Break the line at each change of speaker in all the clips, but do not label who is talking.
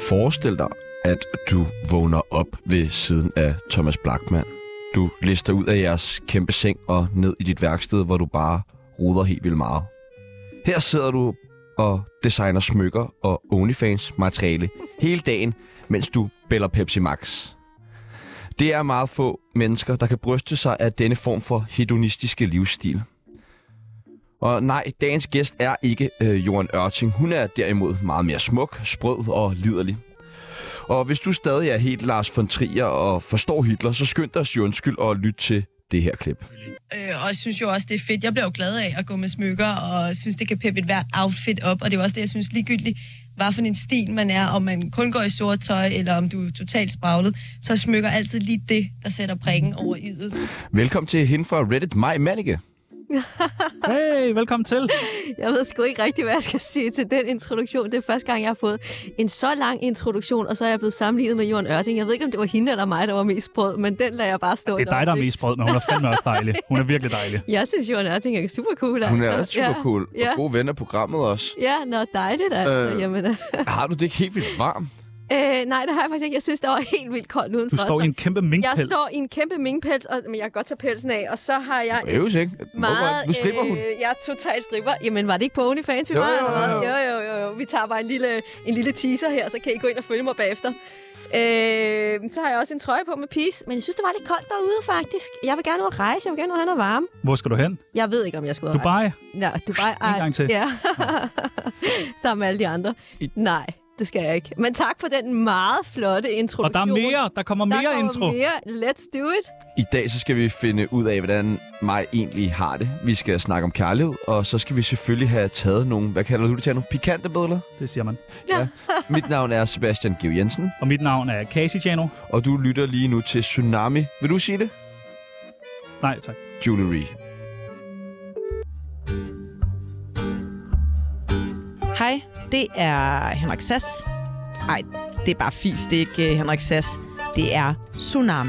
Forestil dig, at du vågner op ved siden af Thomas Blachman. Du lister ud af jeres kæmpe seng og ned i dit værksted, hvor du bare roder helt vildt meget. Her sidder du og designer smykker og OnlyFans-materiale hele dagen, mens du bæller Pepsi Max. Det er meget få mennesker, der kan bryste sig af denne form for hedonistiske livsstil. Og nej, dagens gæst er ikke Joan Ørting. Hun er derimod meget mere smuk, sprød og liderlig. Og hvis du stadig er helt Lars von Trier og forstår Hitler, så skynd dig at sige undskyld og lyt til det her klip.
Og jeg synes jo også, det er fedt. Jeg bliver jo glad af at gå med smykker, og synes, det kan peppe et hvert outfit op. Og det er også det, jeg synes ligegyldigt, hvad for en stil man er, om man kun går i sort tøj, eller om du er totalt spraglet, så smykker altid lige det, der sætter prikken over i'et.
Velkommen til hende fra Reddit, Maj Mannicke.
Hey, velkommen til.
Jeg ved sgu ikke rigtig, hvad jeg skal sige til den introduktion. Det er første gang, jeg har fået en så lang introduktion, og så er jeg blevet sammenlignet med Joan Ørting. Jeg ved ikke, om det var hende eller mig, der var mest sprød, men den lader jeg bare stå.
Det er dig, der er mest sprød, men hun er fandme også dejlig. Hun er virkelig dejlig.
Jeg synes, Joan Ørting er super cool. Altså.
Hun er også super cool. Og gode ven af programmet også.
Ja, dejligt altså. Jamen,
har du det ikke helt vildt varmt?
Nej, det har jeg faktisk ikke. Jeg synes, det var helt vildt koldt udenfor.
Du står i en kæmpe minkpels.
Jeg står i en kæmpe minkpels, men jeg kan godt tage pelsen af, og så har jeg...
ikke?
Meget,
nu stripper hun.
Jeg er totalt stripper. Jamen, var det ikke på OnlyFans, vi var? Jo. Vi tager bare en lille teaser her, så kan I gå ind og følge mig bagefter. Så har jeg også en trøje på med peace, men jeg synes, det var lidt koldt derude, faktisk. Jeg vil gerne ud at rejse, jeg vil gerne ud at have noget varme.
Hvor skal du hen?
Jeg ved ikke, om jeg skal ud at
Dubai?
Ja, Dubai.
En gang til.
Ja. Sammen med alle de andre. Nej. Det skal jeg ikke. Men tak for den meget flotte introduktion.
Og der er mere. Der kommer mere intro.
Mere. Let's do it.
I dag så skal vi finde ud af, hvordan Maj egentlig har det. Vi skal snakke om kærlighed, og så skal vi selvfølgelig have taget nogle, hvad kalder du det til nu? Pikante billeder?
Det siger man.
Ja. Mit navn er Sebastian Georg Jensen.
Og mit navn er Casey Tjano.
Og du lytter lige nu til Tsunami. Vil du sige det?
Nej, tak.
Jewelry.
Hej, det er Henrik Sass. Ej, det er bare fis, det er ikke Henrik Sass. Det er Tsunami.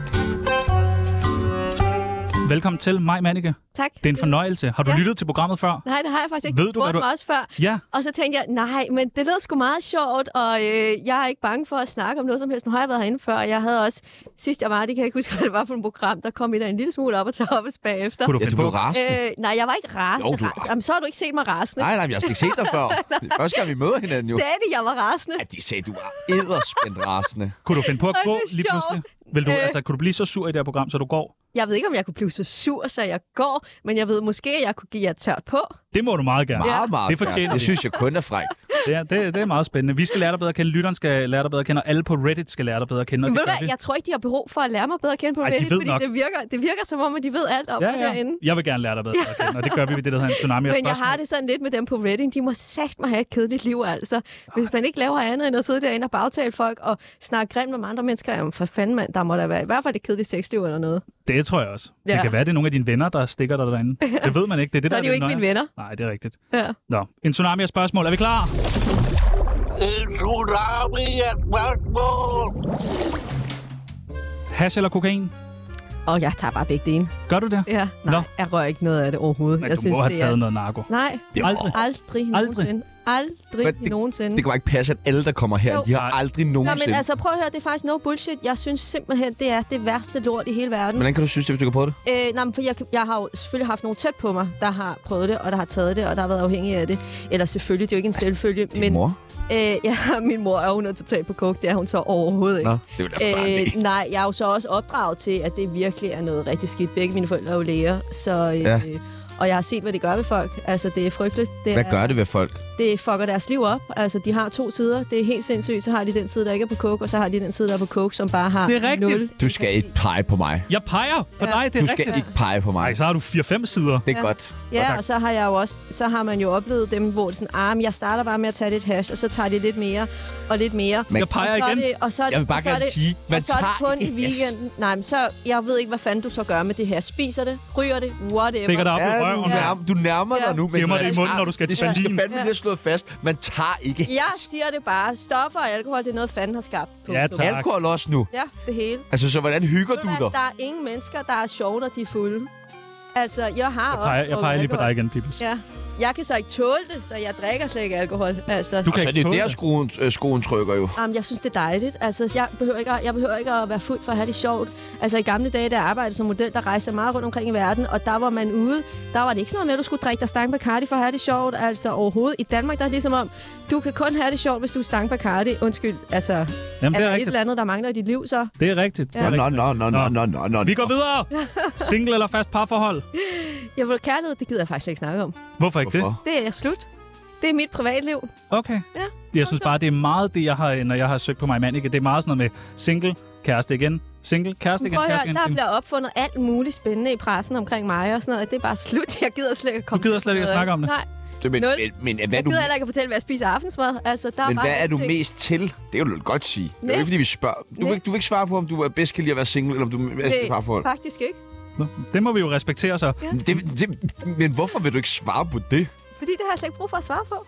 Velkommen til, Maj Mannicke.
Tak.
Det er en fornøjelse. Har du lyttet til programmet før?
Nej, det har jeg faktisk ikke.
Ved du, hvad du...
mig også før.
Ja.
Og så tænkte jeg, nej, men det lød sgu meget sjovt, og jeg er ikke bange for at snakke om noget som helst. Nu har jeg været herinde før, og jeg havde også, sidst jeg var, det kan jeg ikke huske, hvad det var for et program, der kom i der en lille smule op og tage op bagefter.
Kunne du
finde på rasende?
Nej, jeg var ikke rasende. Jamen, så har du ikke set mig rasende.
Nej, jeg skal ikke se dig før. Første gang vi møder hinanden jo.
Sagde de, jeg var rasende?
Ja, de sagde, du var edderspændt rasende.
Kunne du finde på at gå lige pludselig? Kunne du blive så sur i det her program, så du går?
Jeg ved ikke, om jeg kunne blive så sur, så jeg går, men jeg ved måske, at jeg kunne give jer tørt på.
Det må du meget gerne.
Meget
det fortjener
det synes jeg kun er frækt.
Det er meget spændende. Vi skal lære dig bedre at kende, lytteren skal lære dig bedre at kende, og alle på Reddit skal lære dig bedre at kende.
Men ved du, jeg tror ikke, de har behov for at lære mig bedre at kende på Reddit, fordi det virker som om, at de ved alt om mig derinde.
Jeg vil gerne lære dig bedre at kende, og det gør vi ved det, der hedder en Tsunami.
Men jeg har det sådan lidt med dem på Reddit. De må sagt mig have et kedeligt liv, altså. Hvis man ikke laver andet end at sidde derinde og bagtale folk og snakke grimt med andre mennesker, jamen for fanden mand, der må der være i hvert fald et kedeligt sexliv eller noget.
Det tror jeg også. Ja. Det kan være, det er nogle af dine venner, der stikker dig derinde. Det ved man ikke. Det er det,
så er de jo ikke mine venner.
Nej, det er rigtigt.
Ja.
Nå, en Tsunami af spørgsmål. Er vi klar?
En tsunami af spørgsmål.
Hash eller kokain?
Og jeg tager bare begge dele.
Gør du det?
Ja. Nej, jeg rører ikke noget af det overhovedet.
Men
jeg
du
synes,
må have taget noget narko.
Nej, aldrig nogensinde. Aldrig nogensinde.
Det kan bare ikke passe, at alle, der kommer her, de har aldrig nogensinde.
Nå, men altså, prøv at høre, det er faktisk no bullshit. Jeg synes simpelthen, det er det værste lort i hele verden.
Hvordan kan du synes det, hvis du kan prøve det?
Nej, for jeg har jo selvfølgelig haft nogen tæt på mig, der har prøvet det, og der har taget det, og der har været afhængig af det. Eller selvfølgelig, det er jo ikke en selvfølge.
Din mor?
Ja, min mor er 100 totalt på coke. Det er hun så overhovedet ikke.
Nå, det er bare
nej, jeg er jo så også opdraget til, at det virkelig er noget rigtig skidt. Begge mine forældre er jo læger, så... Og jeg har set, hvad det gør ved folk. Altså, det er frygteligt.
Hvad gør det ved folk?
Det fucker deres liv op. Altså, de har 2 sider. Det er helt sindssygt. Så har de den side, der ikke er på coke, og så har de den side, der er på coke, som bare har 0.
Det er rigtigt.
Du skal ikke pege på mig.
Jeg peger på dig, det er
Du skal ikke pege på mig.
Nej, så har du 4-5 sider.
Det er godt.
Ja, og så har jeg jo også, så har man jo oplevet dem, hvor det sådan, jeg starter bare med at tage lidt hash, og så tager de lidt mere og lidt mere.
Jeg peger igen.
Jeg vil bare gerne sige, man tager
kun i weekenden. Nej, men så, jeg ved ikke, hvad fanden du så gør med det her. Spiser det, ryger det, whatever.
Stikker det op i røven.
Du nærmer dig nu.
Gemmer det i munden, når du skal til Berlin.
Det skal fandme lige have slået fast. Man tager ikke.
Jeg siger det bare. Stoffer og alkohol, det er noget, fanden har skabt.
Ja, tak.
Alkohol også nu?
Ja, det hele.
Altså, så hvordan hygger du dig?
Der er ingen mennesker, der er sjove, når de er fulde. Altså, jeg har også...
Jeg peger lige på dig igen, Pibels.
Ja. Jeg kan så ikke tåle det, så jeg drikker slet ikke alkohol. Altså,
Du kan
Så
ikke
det er
tåle
der skoen trykker jo.
Jamen, jeg synes, det er dejligt. Altså, jeg behøver ikke at være fuld for at have det sjovt. Altså, i gamle dage, da jeg arbejdede som model, der rejste jeg meget rundt omkring i verden, og der var man ude. Der var det ikke sådan noget med, at du skulle drikke dig stang Bacardi for at have det sjovt. Altså, overhovedet. I Danmark, der er det ligesom om, du kan kun have det sjovt, hvis du er stang Bacardi. Undskyld, altså,
Jamen,
er
det
der
er
et
rigtigt.
eller andet, der mangler i dit liv, så?
Det er rigtigt.
Ja.
Nå.
Vi går videre. Single eller fast parforhold?
Jeg vil kærlighed, det gider jeg faktisk ikke snakke om.
Hvorfor ikke det?
Det er slut. Det er mit privatliv.
Okay.
Ja.
Jeg synes bare, det er meget det, jeg har, når jeg har søgt på mig mand. Det er meget sådan noget med single, kæreste igen. Single, kæreste igen,
Prøv at
kæreste
høre,
igen.
der bliver opfundet alt muligt spændende i pressen omkring mig og sådan noget. Det er bare slut. Jeg gider slet ikke at komme.
Du gider slet ikke at snakke om det?
Nej.
Men
Nul.
hvad
Jeg
er du...
gider heller ikke at fortælle, hvad jeg spiser aftensmad. Altså, der
Men
er
hvad
bare
er du
ting.
mest til? Det kan du godt sige. Det er jo
Nej.
ikke, fordi vi spørger. Du vil ikke svare på, om du er bedst kan lide at være single, eller om du er bedst i parforhold.
Faktisk ikke.
Nå, det må vi jo respektere så.
Ja.
Men hvorfor vil du ikke svare på det?
Fordi det har jeg slet ikke brug for at svare på.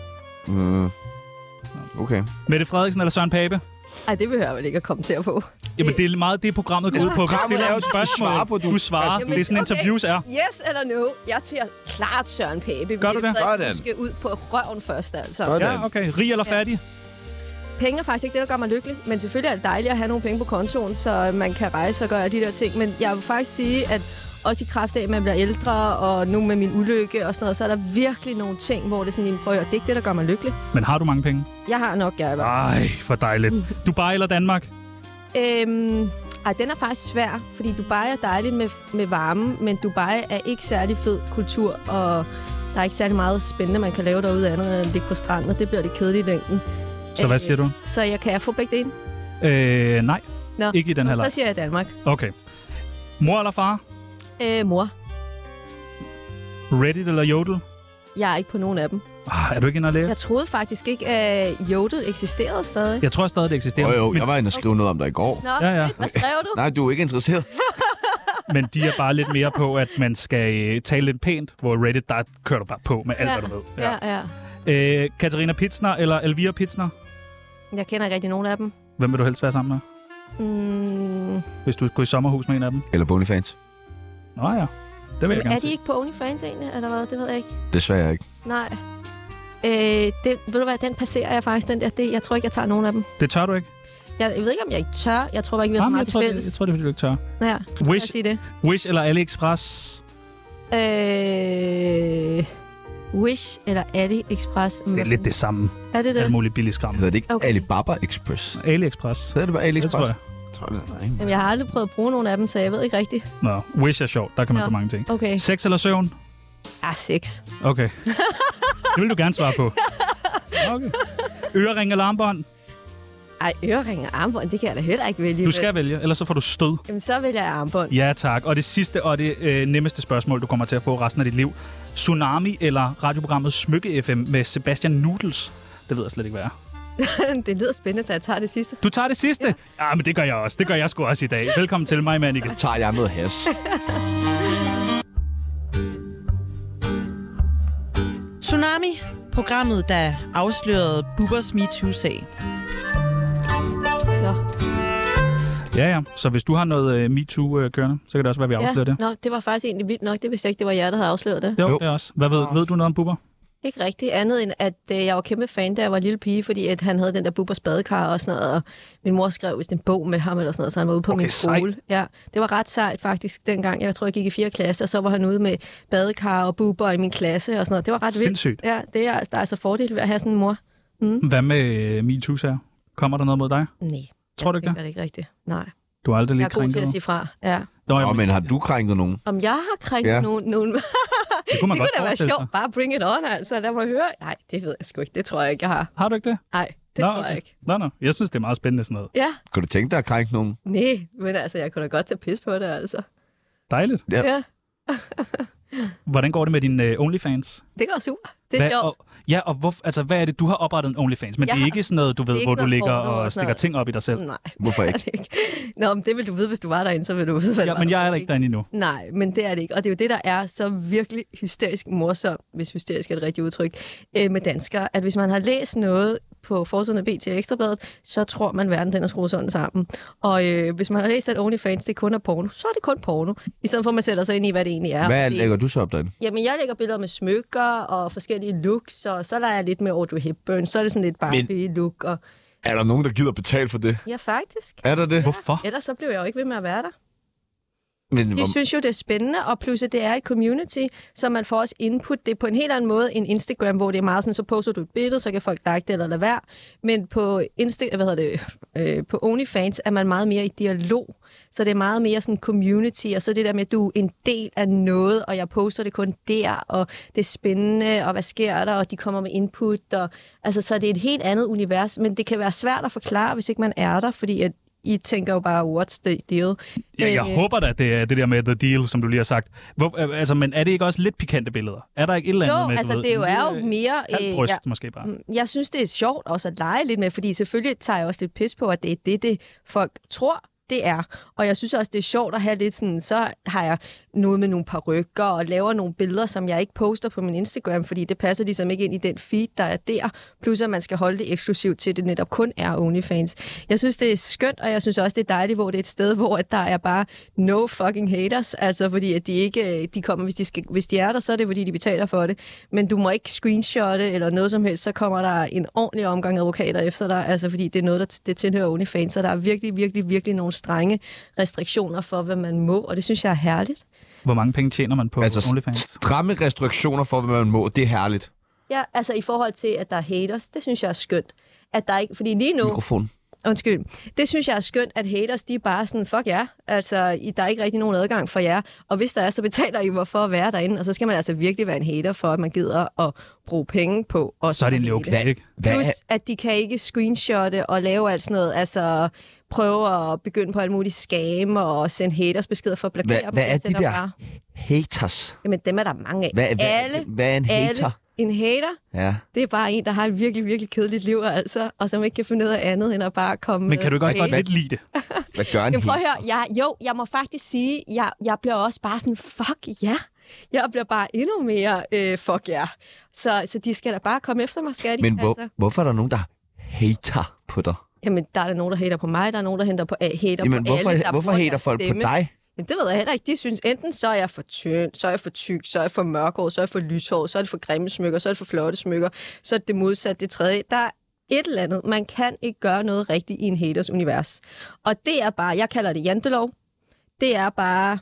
Okay.
Mette Frederiksen eller Søren Pape?
Ej, det behøver jeg vel ikke at kommentere på.
Jamen, det er meget det, programmet går ud på. Vi
Programmet
stiller
er jo,
et
du skal
spørgsmål.
svare på,
Du svarer.
Jamen,
Det er sådan,
okay.
interviews er.
Yes eller no? Jeg tager klart Søren Pape.
Gør du det?
Sådan.
Du skal ud på røven først, altså.
Sådan.
Ja, okay. Rig eller fattig?
Penge er faktisk ikke det, der gør mig lykkelig. Men selvfølgelig er det dejligt at have nogle penge på kontoen, så man kan rejse og gøre de der ting. Men jeg vil faktisk sige, at også i kraft af, at man bliver ældre, og nu med min ulykke og sådan noget, så er der virkelig nogle ting, hvor det er sådan, prøv at høre, det er ikke det, der gør mig lykkelig.
Men har du mange penge?
Jeg har nok gerne.
Ej, for dejligt. Dubai eller Danmark?
Den er faktisk svær, fordi Dubai er dejligt med varme, men Dubai er ikke særlig fed kultur, og der er ikke særlig meget spændende, man kan lave derude andet end at ligge på stranden, og det bliver lidt kedeligt i længden.
Så hvad siger du?
Så kan jeg få begge dele?
Nej,
Nå,
ikke i den her
så
leg.
siger jeg Danmark.
Okay. Mor eller far?
Mor.
Reddit eller Jodel?
Jeg er ikke på nogen af dem.
Er du ikke inde og læse?
Jeg troede faktisk ikke, at Jodel eksisterede stadig.
Jeg tror stadig, det eksisterer.
Jo, jeg var inde og skrive noget om dig i går.
Nå,
Ja.
hvad skrev du?
Nej, du er ikke interesseret.
Men de er bare lidt mere på, at man skal tale lidt pænt, hvor Reddit, der kører du bare på med alt, hvad du ved.
Ja.
Katarina Pitsner eller Elvira Pitsner?
Jeg kender ikke rigtig nogen af dem.
Hvem vil du helst være sammen med? Hvis du skulle i sommerhus med en af dem?
Eller BoneyFans.
Nå ja, det vil jeg
Er
gerne
de
se.
ikke på OnlyFans egentlig, eller hvad? Det ved jeg ikke.
Desværre ikke.
Nej. Ved du hvad, den passerer jeg faktisk, den der. Jeg tror ikke, jeg tager nogen af dem.
Det tør du ikke?
Jeg ved ikke, om jeg ikke tør. Jeg tror bare ikke, vi har så meget til fælles.
Jeg tror, det er, fordi du ikke tør.
Ja, så
Wish.
jeg sige det.
Wish eller AliExpress?
Wish eller AliExpress.
Det er lidt det samme.
Er det
Alt
det?
muligt billig skram.
Hedder det ikke
Okay.
Alibaba Express?
AliExpress.
Hedder det bare
Det
AliExpress?
tror jeg.
Jeg tror, det er ikke.
Jamen, jeg har aldrig prøvet at bruge nogen af dem, så jeg ved ikke rigtigt.
Nå, Wish er sjovt. Der kan man
Nå.
få mange ting.
Okay.
Sex eller søvn?
6.
Okay. Det vil du gerne svare på. Okay. Ørering eller armbånd?
Ej, ørering og armbånd, det kan jeg da heller ikke vælge.
Du skal vælge, ellers så får du stød.
Jamen, så vælger jeg armbånd.
Ja, tak. Og det sidste og det nemmeste spørgsmål, du kommer til at få resten af dit liv. Tsunami eller radioprogrammet Smykke FM med Sebastian Noodles? Det ved jeg slet ikke, hvad er.
Det lyder spændende, så jeg tager det sidste.
Du tager det sidste? Ja, men det gør jeg også. Det gør jeg sgu også i dag. Velkommen til mig, Manike.
Tager jeg noget has?
Tsunami, programmet, der afslørede Bubbers MeToo-sag.
Nå.
Ja. Så hvis du har noget MeToo kørende, så kan det også være, at vi afslører det.
Nå, det var faktisk egentlig vildt nok. Det vidste jeg ikke, det var jer, der havde afsløret det.
Jo,
Jo.
det er også. Hvad ved du noget om Bubber?
Ikke rigtig andet end, at jeg var kæmpe fan, da jeg var lille pige, fordi at han havde den der Bubbers badekar og sådan noget, og min mor skrev vist en bog med ham eller sådan noget, så han var ude på min skole.
Sejt.
Ja, det var ret sejt faktisk dengang. Jeg tror, jeg gik i 4. klasse, og så var han ude med badekar og Bubber i min klasse og sådan noget. Det var ret vildt.
Sindssygt.
Ja, der er altså fordel ved at have sådan en mor.
Hvad med MeToo-sager? Kommer der noget mod dig?
Nej.
Tror du ikke
det?
det?
Er det ikke rigtigt. Nej.
Du har aldrig
Jeg
lige
er god til
krænket
at
nogen?
sige fra. Ja.
Nå,
Nå, men har du krænket nogen?
Om jeg har krænket
Ja.
nogen...
det kunne man
Det
godt
kunne da være
forestille sig.
sjovt. Bare bring it on, altså. Lad mig høre. Nej, det ved jeg sgu ikke. Det tror jeg ikke, jeg har.
Har du ikke det?
Nej, det tror jeg ikke.
Nå. Jeg synes, det er meget spændende sådan noget.
Ja,
Kan du tænke dig at krænke nogen?
nej, men altså, jeg kunne da godt tage pis på det, altså.
Dejligt.
Ja.
Ja,
Hvordan går det med din OnlyFans?
det går super. Det er sjovt.
Hvad er det, du har oprettet en OnlyFans? Men
Jeg
det er
har-
ikke sådan noget, du ved,
ikke
hvor du
noget
ligger
porno og
og
sådan
stikker
noget.
ting op i dig selv.
Nej,
Hvorfor
det er
ikke?
det ikke. Nå, men det vil du vide, hvis du var derinde, så vil du vide, hvad
Ja, men jeg er der ikke derinde endnu.
Nej, men det er det ikke. Og det er jo det, der er så virkelig hysterisk morsomt, hvis hysterisk er et rigtigt udtryk, med danskere, at hvis man har læst noget på forsiden af BT Ekstrabladet, så tror man, verden den er skruet sådan sammen. Og hvis man har læst, at OnlyFans det kun er porno, så er det kun porno. I stedet for, at man sætter sig ind i, hvad det egentlig er.
Hvad lægger du så op derinde?
Jamen, jeg lægger billeder med smykker og forskellige looks, og så leger jeg lidt med Audrey Hepburn. Så er det sådan lidt Barbie-look. Og...
Er der nogen, der gider betale for det?
Ja, faktisk.
Er der det?
Hvorfor?
Ellers så blev jeg jo ikke ved med at være der.
Men,
De synes jo, det er spændende, og pludselig det er et community, så man får også input. Det er på en helt anden måde end Instagram, hvor det er meget sådan, så poster du et billede, så kan folk like det eller lade være. Men på på OnlyFans er man meget mere i dialog, så det er meget mere sådan community, og så det der med, at du er en del af noget, og jeg poster det kun der, og det er spændende, og hvad sker der, og de kommer med input, og altså, så det er et helt andet univers, men det kan være svært at forklare, hvis ikke man er der, fordi at I tænker jo bare, what's the deal?
Ja, jeg håber da, det er det der med the deal, som du lige har sagt. Men er det ikke også lidt pikante billeder? Er der ikke et eller andet
jo,
med,
altså det er jo mere...
bryst, måske bare.
Jeg synes, det er sjovt også at lege lidt med, fordi selvfølgelig tager jeg også lidt pis på, at det er det folk tror, det er. Og jeg synes også, det er sjovt at have lidt sådan, så har jeg noget med nogle parykker og laver nogle billeder, som jeg ikke poster på min Instagram, fordi det passer ligesom ikke ind i den feed, der er der. Plus at man skal holde det eksklusivt til, det netop kun er OnlyFans. Jeg synes, det er skønt, og jeg synes også, det er dejligt, hvor det er et sted, hvor der er bare no fucking haters. Altså fordi, at de kommer, hvis de er der, så er det, fordi de betaler for det. Men du må ikke screenshotte eller noget som helst, så kommer der en ordentlig omgang advokater efter dig, altså fordi det er noget, det tilhører OnlyFans, så der er virkelig, virkelig, virkelig nogle strenge restriktioner for, hvad man må, og det synes jeg er herligt.
Hvor mange penge tjener man på OnlyFans?
Stramme restriktioner for, hvad man må, det er herligt.
Ja, altså i forhold til, at der er haters, det synes jeg er skønt. At der ikke, fordi lige nu...
Mikrofon.
Undskyld. Det synes jeg er skønt, at haters, de er bare sådan, fuck jer. Altså, der er ikke rigtig nogen adgang for jer. Og hvis der er, så betaler I for at være derinde. Og så skal man altså virkelig være en hater for, at man gider at bruge penge på. Og
så er det en okay, ikke?
Plus, at de kan ikke screenshotte og lave alt sådan noget. Altså, prøve at begynde på alt muligt scam og sende haters beskeder for at blokere dem.
Hvad er de der haters?
Jamen, dem er der mange af.
Hvad er en hater?
En hater,
ja.
Det er bare en, der har et virkelig, virkelig kedeligt liv, altså, og som ikke kan finde ud af andet, end at bare komme...
Men kan du ikke også godt lidt lide det?
Hvad gør en
prøv at høre, jeg må faktisk sige, jeg bliver også bare sådan, fuck ja. Yeah. Jeg bliver bare endnu mere fuck ja. Yeah. Så de skal da bare komme efter mig, skal de.
Men hvorfor er der nogen, der hater på dig?
Jamen, der er der nogen, der hater på mig, der er nogen, der hater på
Jamen,
på alle.
Hvorfor hater folk på dig?
Men det ved jeg heller ikke. De synes, enten så er jeg for tynd, så er jeg for tyk, så er jeg for mørkhåret, så er jeg for lyshåret, så er det for grimme smykker, så er det for flotte smykker, så er det modsatte, det tredje. Der er et eller andet. Man kan ikke gøre noget rigtigt i en haters univers. Og det er bare, jeg kalder det jantelov. Det er bare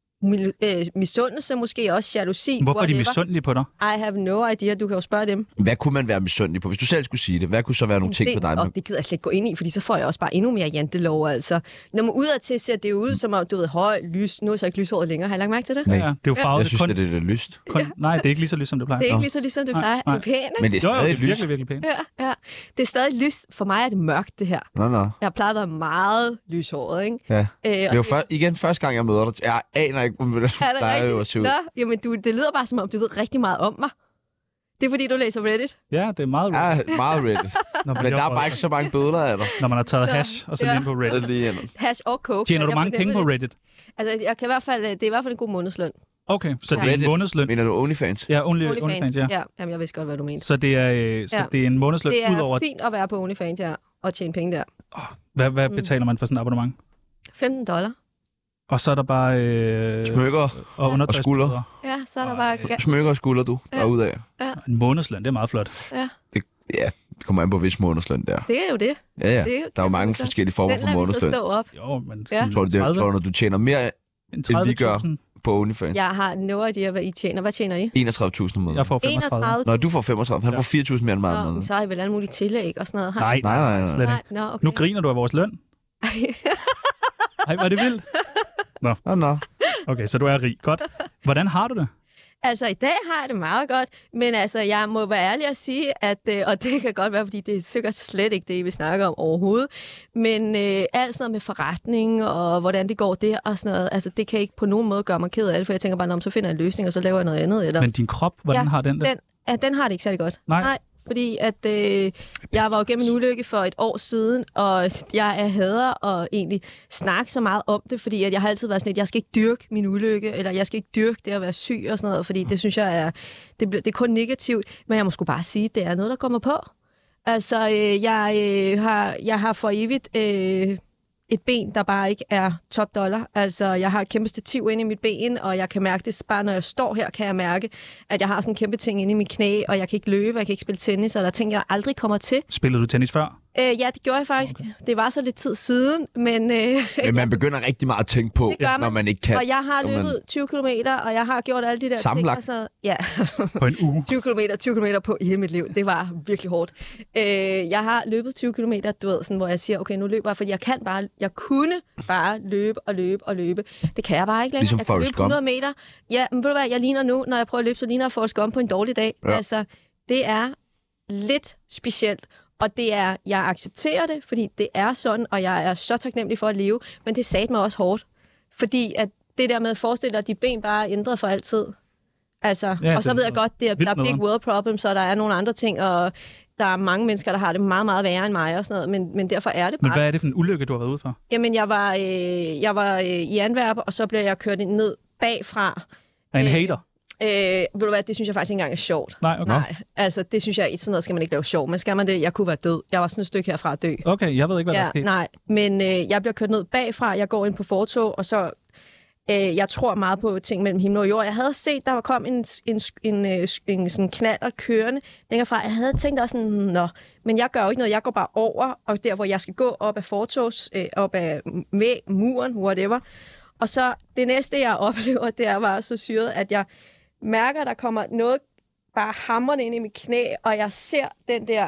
misundelse, måske også jalousi.
Hvorfor er de misundelige på dig?
I have no idea. Du kan jo spørge dem.
Hvad kunne man være misundelig på? Hvis du selv skulle sige det, hvad kunne så være nogle ting for dig?
Det gider jeg slet ikke gå ind i, fordi så får jeg også bare endnu mere jantelov, altså. Når man udadtil ser det ud, som om du ved, høj, lys. Nu er så ikke lyshåret længere. Har I lagt mærke til det?
Nej, det er jo farvet.
Jeg synes, det er lyst.
Nej, det er ikke lige så lyst, som det plejer.
Det er ikke lige så lyst, som det plejer. Er det pænt, ikke?
Men det er stadig lyst.
Virkelig, virkelig pænt.
Ja. Det er stadig lyst. For mig er det mørkt, det her.
Nå.
Jeg plejer at være meget lyshåret, ikke?
Ja. Det er jo første gang, jeg møder dig. Jeg aner ikke, om
Nå, jamen det lyder bare som om, du ved rigtig meget om mig. Det er fordi, du læser Reddit.
Ja, det er meget
Reddit. Ja, meget Reddit. Men der er bare ikke så mange billeder af dig.
Når man har taget hash, og så lige på Reddit.
Hash og coke.
Tjener du mange penge på Reddit?
Altså, det er i hvert fald en god månedsløn.
Okay, så det er en månedsløn.
Mener du OnlyFans?
Ja, OnlyFans, ja.
Jamen, jeg vidste godt, hvad du mener.
Så det er en månedsløn
ud
over...
Det er fint at være på OnlyFans, ja, og tjene penge der.
Hvad betaler man for sådan et abonnement?
$15.
Og så er der bare...
smykker og skulder.
Ja, så er der bare...
Smykker og skulder, du derudad.
Ja. En månedsløn, det er meget flot.
Ja.
Det kommer an på, hvis månedsløn der.
Det er jo det.
Ja. Der er jo mange forskellige former for månedsløn.
Jo, men...
Tror du tjener mere, end vi gør på OnlyFans?
Jeg har no idea, hvad I tjener. Hvad tjener I?
31.000 om måneden.
Jeg får 35.
Nå, du får 35. Han får 4.000 mere end mig om måneden.
Så har I vel alle mulige tillæg og sådan noget.
Nej. Slet ikke.
Nå, okay.
Nu griner du af vores løn. Ej, var det vildt?
Nå.
Okay, så du er rig. Godt. Hvordan har du det?
Altså, i dag har jeg det meget godt, men altså, jeg må være ærlig at sige, at, og det kan godt være, fordi det er sikkert slet ikke det, vi snakker om overhovedet, men alt sådan noget med forretning og hvordan det går der og sådan noget, altså, det kan ikke på nogen måde gøre mig ked af det, for jeg tænker bare, så finder jeg en løsning, og så laver jeg noget andet. Eller...
Men din krop, hvordan har den det?
Den har det ikke særlig godt.
Nej,
fordi at jeg var jo gennem en ulykke for et år siden, og jeg hader at egentlig snakke så meget om det, fordi at jeg har altid været sådan lidt, jeg skal ikke dyrke min ulykke, eller jeg skal ikke dyrke det at være syg og sådan noget, fordi det synes jeg er, det er kun negativt, men jeg må sgu bare sige, at det er noget, der kommer på. Altså, jeg har for evigt et ben, der bare ikke er top dollar. Altså, jeg har et kæmpe stativ inde i mit ben, og jeg kan mærke det, bare når jeg står her, kan jeg mærke, at jeg har sådan en kæmpe ting inde i mit knæ, og jeg kan ikke løbe, jeg kan ikke spille tennis, og der er ting, jeg aldrig kommer til.
Spillede du tennis før?
Ja, det gjorde jeg faktisk. Okay. Det var så lidt tid siden, men...
Men man begynder rigtig meget at tænke på, når man ikke kan.
Og jeg har løbet 20 kilometer, og jeg har gjort alle de der
sammenlagt.
ting. Så, ja.
På en uge?
20 kilometer på i hele mit liv. Det var virkelig hårdt. Jeg har løbet 20 kilometer, du ved, sådan, hvor jeg siger, okay, nu løber jeg, fordi jeg kunne bare løbe. Det kan jeg bare ikke længere.
Ligesom
jeg kan løbe 100 meter. Ja, men ved du hvad, jeg ligner nu, når jeg prøver at løbe, så ligner jeg Forrest Gump på en dårlig dag. Ja. Altså, det er lidt specielt. Og det er, jeg accepterer det, fordi det er sådan, og jeg er så taknemmelig for at leve, men det sagde mig også hårdt. Fordi at det der med at forestille dig, at de ben bare er ændret for altid. Altså, ja, og så ved jeg godt, der er big world problems, så der er nogle andre ting, og der er mange mennesker, der har det meget, meget værre end mig og sådan noget, men derfor er det bare...
Men hvad er det for en ulykke, du har været ude for?
Jamen, jeg var i Antwerp, og så blev jeg kørt ned bagfra.
Er en hater?
Ved du hvad, det synes jeg faktisk ikke engang er sjovt.
Nej, okay.
Nej, altså det synes jeg, sådan noget skal man ikke lave sjov. Men skal man det, jeg kunne være død. Jeg var sådan et stykke herfra at dø.
Okay, jeg ved ikke, hvad der sker.
Nej, men jeg bliver kørt ned bagfra, jeg går ind på fortog, og så, jeg tror meget på ting mellem himmel og jord. Jeg havde set, der kom en sådan knaller kørende længere fra. Jeg havde tænkt også sådan, men jeg gør jo ikke noget, jeg går bare over, og der, hvor jeg skal gå op ad fortogs, op ad muren, whatever. Og så det næste, jeg oplever, det er bare så syret, at jeg mærker, der kommer noget bare hamrende ind i mit knæ, og jeg ser den der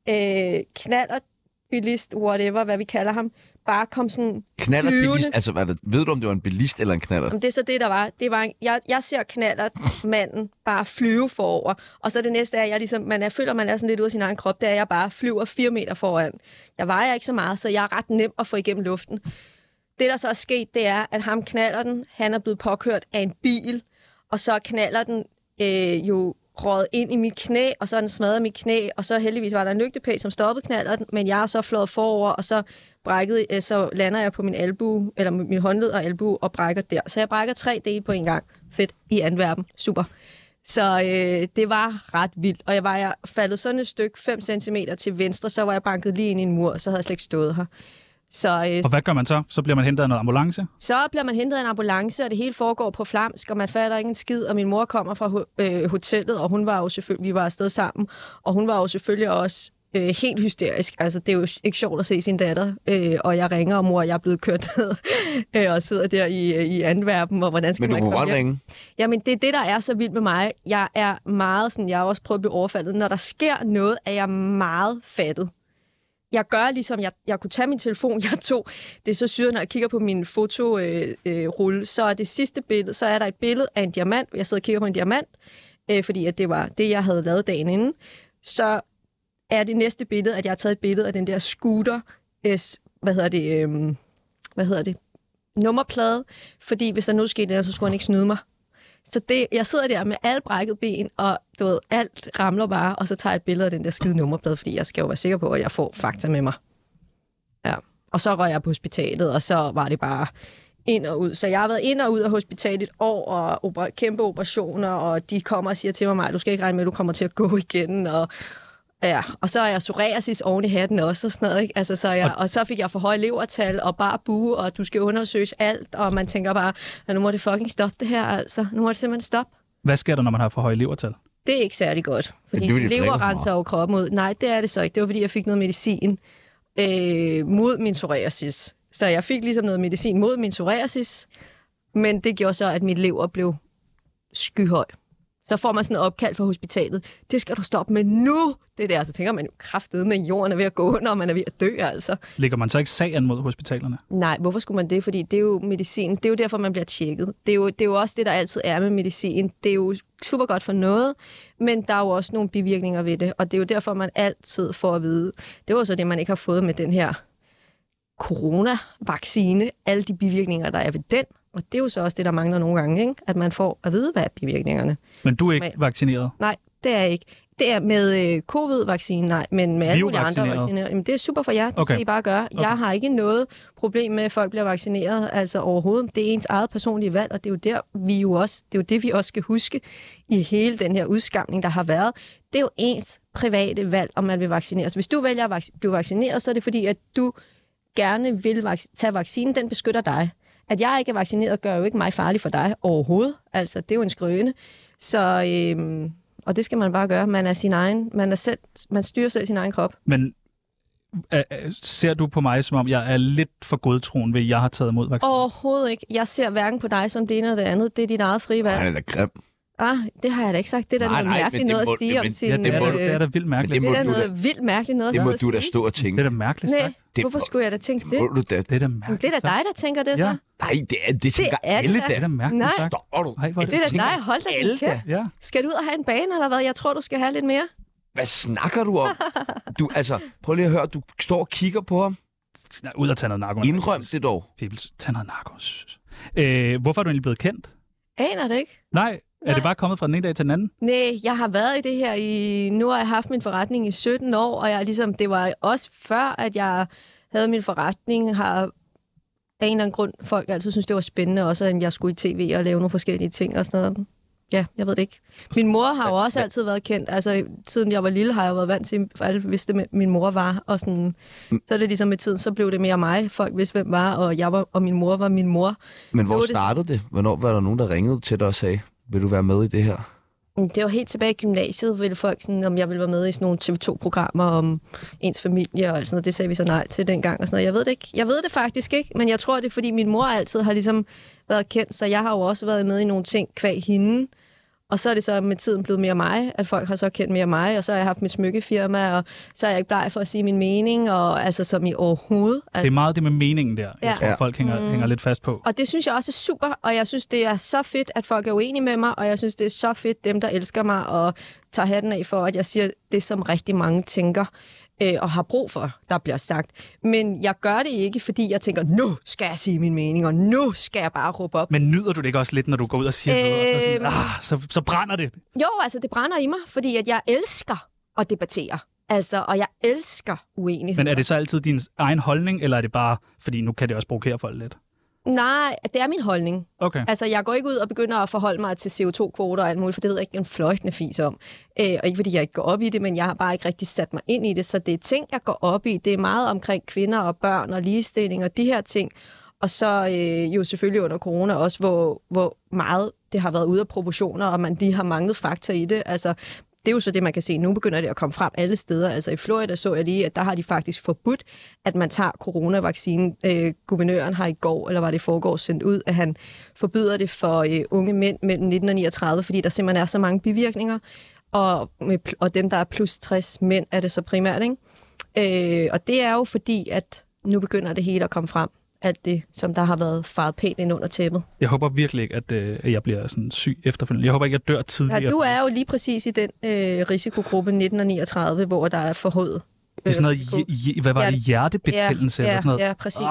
knallertbilist, whatever, hvad vi kalder ham, bare kom sådan
knallerbilist? Altså, ved du, om det var en bilist eller en knaller?
Det er så det, der var. Det var jeg ser knallermanden bare flyve forover, og så det næste er, jeg ligesom, føler, man er sådan lidt ud af sin egen krop, det er, jeg bare flyver 4 meter foran. Jeg vejer ikke så meget, så jeg er ret nem at få igennem luften. Det, der så er sket, det er, at ham knallerten, han er blevet påkørt af en bil, og så knalder den jo røget ind i mit knæ, og så er den smadret mit knæ, og så heldigvis var der en lygtepæl, som stoppede knallerten, men jeg er så flået forover, og så lander jeg på min albue, eller min håndled og albue, og brækker der. Så jeg brækker 3 dele på en gang. Fedt. I Antwerpen. Super. Så det var ret vildt, og jeg faldet sådan et stykke 5 cm til venstre, så var jeg banket lige ind i en mur, så havde jeg slet ikke stået her. Så,
og hvad gør man så? Så bliver man hentet af noget ambulance?
Så bliver man hentet af en ambulance, og det hele foregår på flamsk, og man fatter ikke en skid, og min mor kommer fra hotellet, og hun var jo selvfølgelig, vi var afsted sammen, og hun var jo selvfølgelig også helt hysterisk. Altså, det er jo ikke sjovt at se sin datter, og jeg ringer, og mor, jeg er blevet kørt ned, og sidder der i Antwerpen, og hvordan skal man komme hjem? Men du må godt ringe. Jamen, det er det, der er så vildt med mig. Jeg er meget sådan, jeg har også prøvet at blive overfaldet. Når der sker noget, er jeg meget fattet. Jeg gør ligesom, jeg kunne tage min telefon, det er så syret, når jeg kigger på min fotorulle, så er det sidste billede, så er der et billede af en diamant, jeg sidder og kigger på en diamant, fordi at det var det, jeg havde lavet dagen inden. Så er det næste billede, at jeg har taget et billede af den der scooter, nummerplade, fordi hvis der nu skete det, så skulle han ikke snyde mig. Så jeg sidder der med alle brækket ben, og du ved, alt ramler bare, og så tager jeg et billede af den der skide nummerplade, fordi jeg skal jo være sikker på, at jeg får fakta med mig. Ja. Og så røg jeg på hospitalet, og så var det bare ind og ud. Så jeg har været ind og ud af hospitalet et år, og kæmpe operationer, og de kommer og siger til mig, du skal ikke regne med, at du kommer til at gå igen, og så er jeg psoriasis oven i hatten også, og sådan noget, ikke? Altså, og så fik jeg for høje levertal, og bare bue, og du skal undersøges alt, og man tænker bare, nu må det fucking stoppe det her, altså. Nu må det simpelthen stoppe.
Hvad sker der, når man har for høje levertal?
Det er ikke særlig godt, fordi lever renser jo kroppen ud. Nej, det er det så ikke. Det var, fordi jeg fik noget medicin mod min psoriasis. Så jeg fik ligesom noget medicin mod min psoriasis, men det gjorde så, at mit lever blev skyhøj. Så får man sådan et opkald fra hospitalet. Det skal du stoppe med nu! Det der, så tænker man jo kraftedeme med jorden er ved at gå under, og man er ved at dø, altså.
Lægger man så ikke sagen mod hospitalerne?
Nej, hvorfor skulle man det? Fordi det er jo medicin. Det er jo derfor, man bliver tjekket. Det er jo også det, der altid er med medicin. Det er jo super godt for noget, men der er jo også nogle bivirkninger ved det, og det er jo derfor, man altid får at vide. Det var så det, man ikke har fået med den her coronavaccine. Alle de bivirkninger, der er ved den. Og det er jo så også det, der mangler nogle gange, ikke? At man får at vide, hvad er bivirkningerne.
Men du er ikke vaccineret?
Nej, det er jeg ikke. Det er med covid-vaccine, nej, men med alle mulige andre vacciner. Jamen, det er super for jer, det skal I bare gøre. Okay. Jeg har ikke noget problem med, at folk bliver vaccineret, altså overhovedet. Det er ens eget personlige valg, og det er jo det, vi også skal huske i hele den her udskamning, der har været. Det er jo ens private valg, om man vil vaccineres. Hvis du vælger at blive vaccineret, så er det fordi, at du gerne vil tage vaccinen, den beskytter dig. At jeg ikke er vaccineret, gør jo ikke mig farlig for dig overhovedet. Altså, det er jo en skrøne. Så... Og det skal man bare gøre. Man man styrer selv sin egen krop.
Men ser du på mig, som om jeg er lidt for godtroen ved, at jeg har taget imod vaccinen?
Overhovedet ikke. Jeg ser hverken på dig som det ene eller det andet. Det er dit eget frie valg.
Han er da grim.
Det har jeg da ikke sagt. Det er da noget mærkeligt noget at sige om sin...
Ja, det er da vildt mærkeligt.
Det er da noget vildt mærkeligt noget at sige.
Det må du da stå og tænke.
Det er da mærkeligt sagt.
Hvorfor skulle jeg da tænke det?
Det må du da.
Det er da mærkeligt.
Det er da dig, der tænker det så.
Ja.
Nej, det tænker alle da.
Det er da mærkeligt sagt.
Det er da dig. Hold da din kæft.
Ja.
Skal du ud og have en bane, eller hvad? Jeg tror, du skal have lidt mere.
Hvad snakker du om? Prøv lige at høre. Du står og kigger på ham.
Ud og tage noget narko.
Indrøm det dog.
Tag noget narko. Hvorfor er du egentlig blevet kendt?
Aner det ikke.
Nej. Er det bare kommet fra den ene dag til den anden?
Nej, jeg har været i det her nu har jeg haft min forretning i 17 år, og det var også før, at jeg havde min forretning, har af en eller anden grund, folk altid synes, det var spændende også, at jeg skulle i tv og lave nogle forskellige ting og sådan noget. Ja, jeg ved det ikke. Min mor har jo også altid været kendt. Altså, siden jeg var lille, har jeg været vant til, at alle vidste, hvem min mor var. Og sådan, så er det ligesom med tiden, så blev det mere mig. Folk vidste, hvem var, og min mor var min mor.
Men hvor startede det? Hvornår var der nogen, der ringede til dig og sagde, vil du være med i det her?
Det var helt tilbage i gymnasiet, ville folk sådan, om jeg ville være med i sådan nogle TV2-programmer om ens familie og sådan noget. Det sagde vi så nej til dengang og sådan noget. Jeg ved det ikke. Jeg ved det faktisk ikke, men jeg tror, det er, fordi min mor altid har ligesom været kendt, så jeg har jo også været med i nogle ting kvæg hende. Og så er det så med tiden blevet mere mig, at folk har så kendt mere mig, og så har jeg haft mit smykkefirma, og så er jeg ikke bleg for at sige min mening, og altså som i overhovedet. Altså.
Det er meget det med meningen der, jeg tror, folk hænger lidt fast på.
Og det synes jeg også er super, og jeg synes, det er så fedt, at folk er uenige med mig, og jeg synes, det er så fedt, dem der elsker mig, og tager hatten af for, at jeg siger det, som rigtig mange tænker, og har brug for, der bliver sagt. Men jeg gør det ikke, fordi jeg tænker, nu skal jeg sige min mening, og nu skal jeg bare råbe op.
Men nyder du det ikke også lidt, når du går ud og siger noget, og så brænder det?
Jo, altså det brænder i mig, fordi at jeg elsker at debattere. Altså, og jeg elsker uenighed.
Men er det så altid din egen holdning, eller er det bare, fordi nu kan det også provokere folk lidt?
Nej, det er min holdning.
Okay.
Altså, jeg går ikke ud og begynder at forholde mig til CO2-kvoter og alt muligt, for det ved jeg ikke en fløjtende fis om. Og ikke fordi jeg ikke går op i det, men jeg har bare ikke rigtig sat mig ind i det. Så det er ting, jeg går op i. Det er meget omkring kvinder og børn og ligestilling og de her ting. Og så jo selvfølgelig under corona også, hvor meget det har været ude af proportioner, og man lige har manglet fakta i det. Altså, det er jo så det, man kan se. Nu begynder det at komme frem alle steder. Altså i Florida så jeg lige, at der har de faktisk forbudt, at man tager coronavaccinen. Guvernøren har i går, eller var det i forgår, sendt ud, at han forbyder det for unge mænd mellem 19 og 39, fordi der simpelthen er så mange bivirkninger. Og dem, der er plus 60 mænd, er det så primært, ikke? Og det er jo fordi, at nu begynder det hele at komme frem. Alt det, som der har været faret pænt ind under tæppet.
Jeg håber virkelig ikke, at jeg bliver sådan syg efterfølgende. Jeg håber ikke, at jeg dør tidligere.
Ja, du er jo lige præcis i den risikogruppe 19 og 39, hvor der er forhøjet.
Sådan noget, hvad var det, hjertebetændelse eller sådan noget?
Ja, præcis.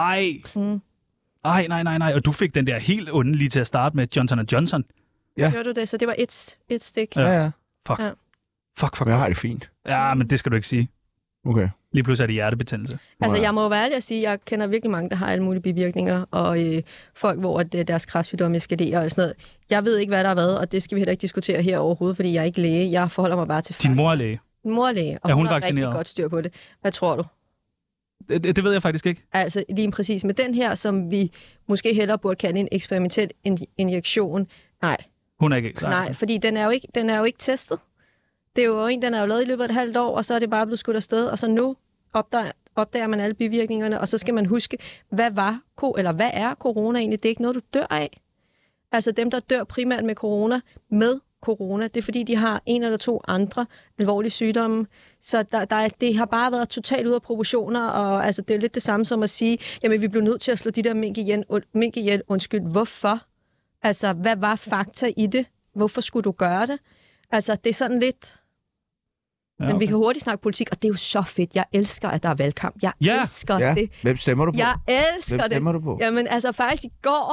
Nej. Og du fik den der helt onde lige til at starte med Johnson & Johnson.
Ja.
Gjorde du det? Så det var et stik.
Ja.
Fuck.
Ja.
Fuck.
Jeg har det fint.
Ja, men det skal du ikke sige.
Okay.
Lige pludselig er det hjertebetændelse.
Altså, jeg må jo være ærlig at sige, at jeg kender virkelig mange, der har alle mulige bivirkninger, og folk, hvor deres kræftsygdomme eskalerer og sådan noget. Jeg ved ikke, hvad der har været, og det skal vi heller ikke diskutere her overhovedet, fordi jeg er ikke læge. Jeg forholder mig bare til
Din mor er læge?
Min mor er læge, og
hun
har
vaccineret?
rigtig godt styr på det. Hvad tror du?
Det ved jeg faktisk ikke.
Altså, lige præcis med den her, som vi måske hellere burde kalde en eksperimentel injektion. Nej.
Hun er ikke klar.
Nej, fordi den er jo ikke testet. Det er jo den er jo lavet i løbet af et halvt år, og så er det bare blevet skudt afsted, og så nu opdager man alle bivirkningerne, og så skal man huske, hvad er corona egentlig? Det er ikke noget, du dør af. Altså dem, der dør primært med corona, det er fordi, de har en eller to andre alvorlige sygdomme. Så det har bare været totalt ude af proportioner, og altså, det er lidt det samme som at sige, jamen vi bliver nødt til at slå de der mink ihjel. Undskyld, hvorfor? Altså, hvad var fakta i det? Hvorfor skulle du gøre det? Altså, det er sådan lidt... Ja, okay. Men vi kan hurtigt snakke politik, og det er jo så fedt. Jeg elsker, at der er valgkamp. Jeg elsker det.
Hvem stemmer du på?
Jeg elsker det.
Hvem stemmer du på?
Jamen, altså faktisk i går,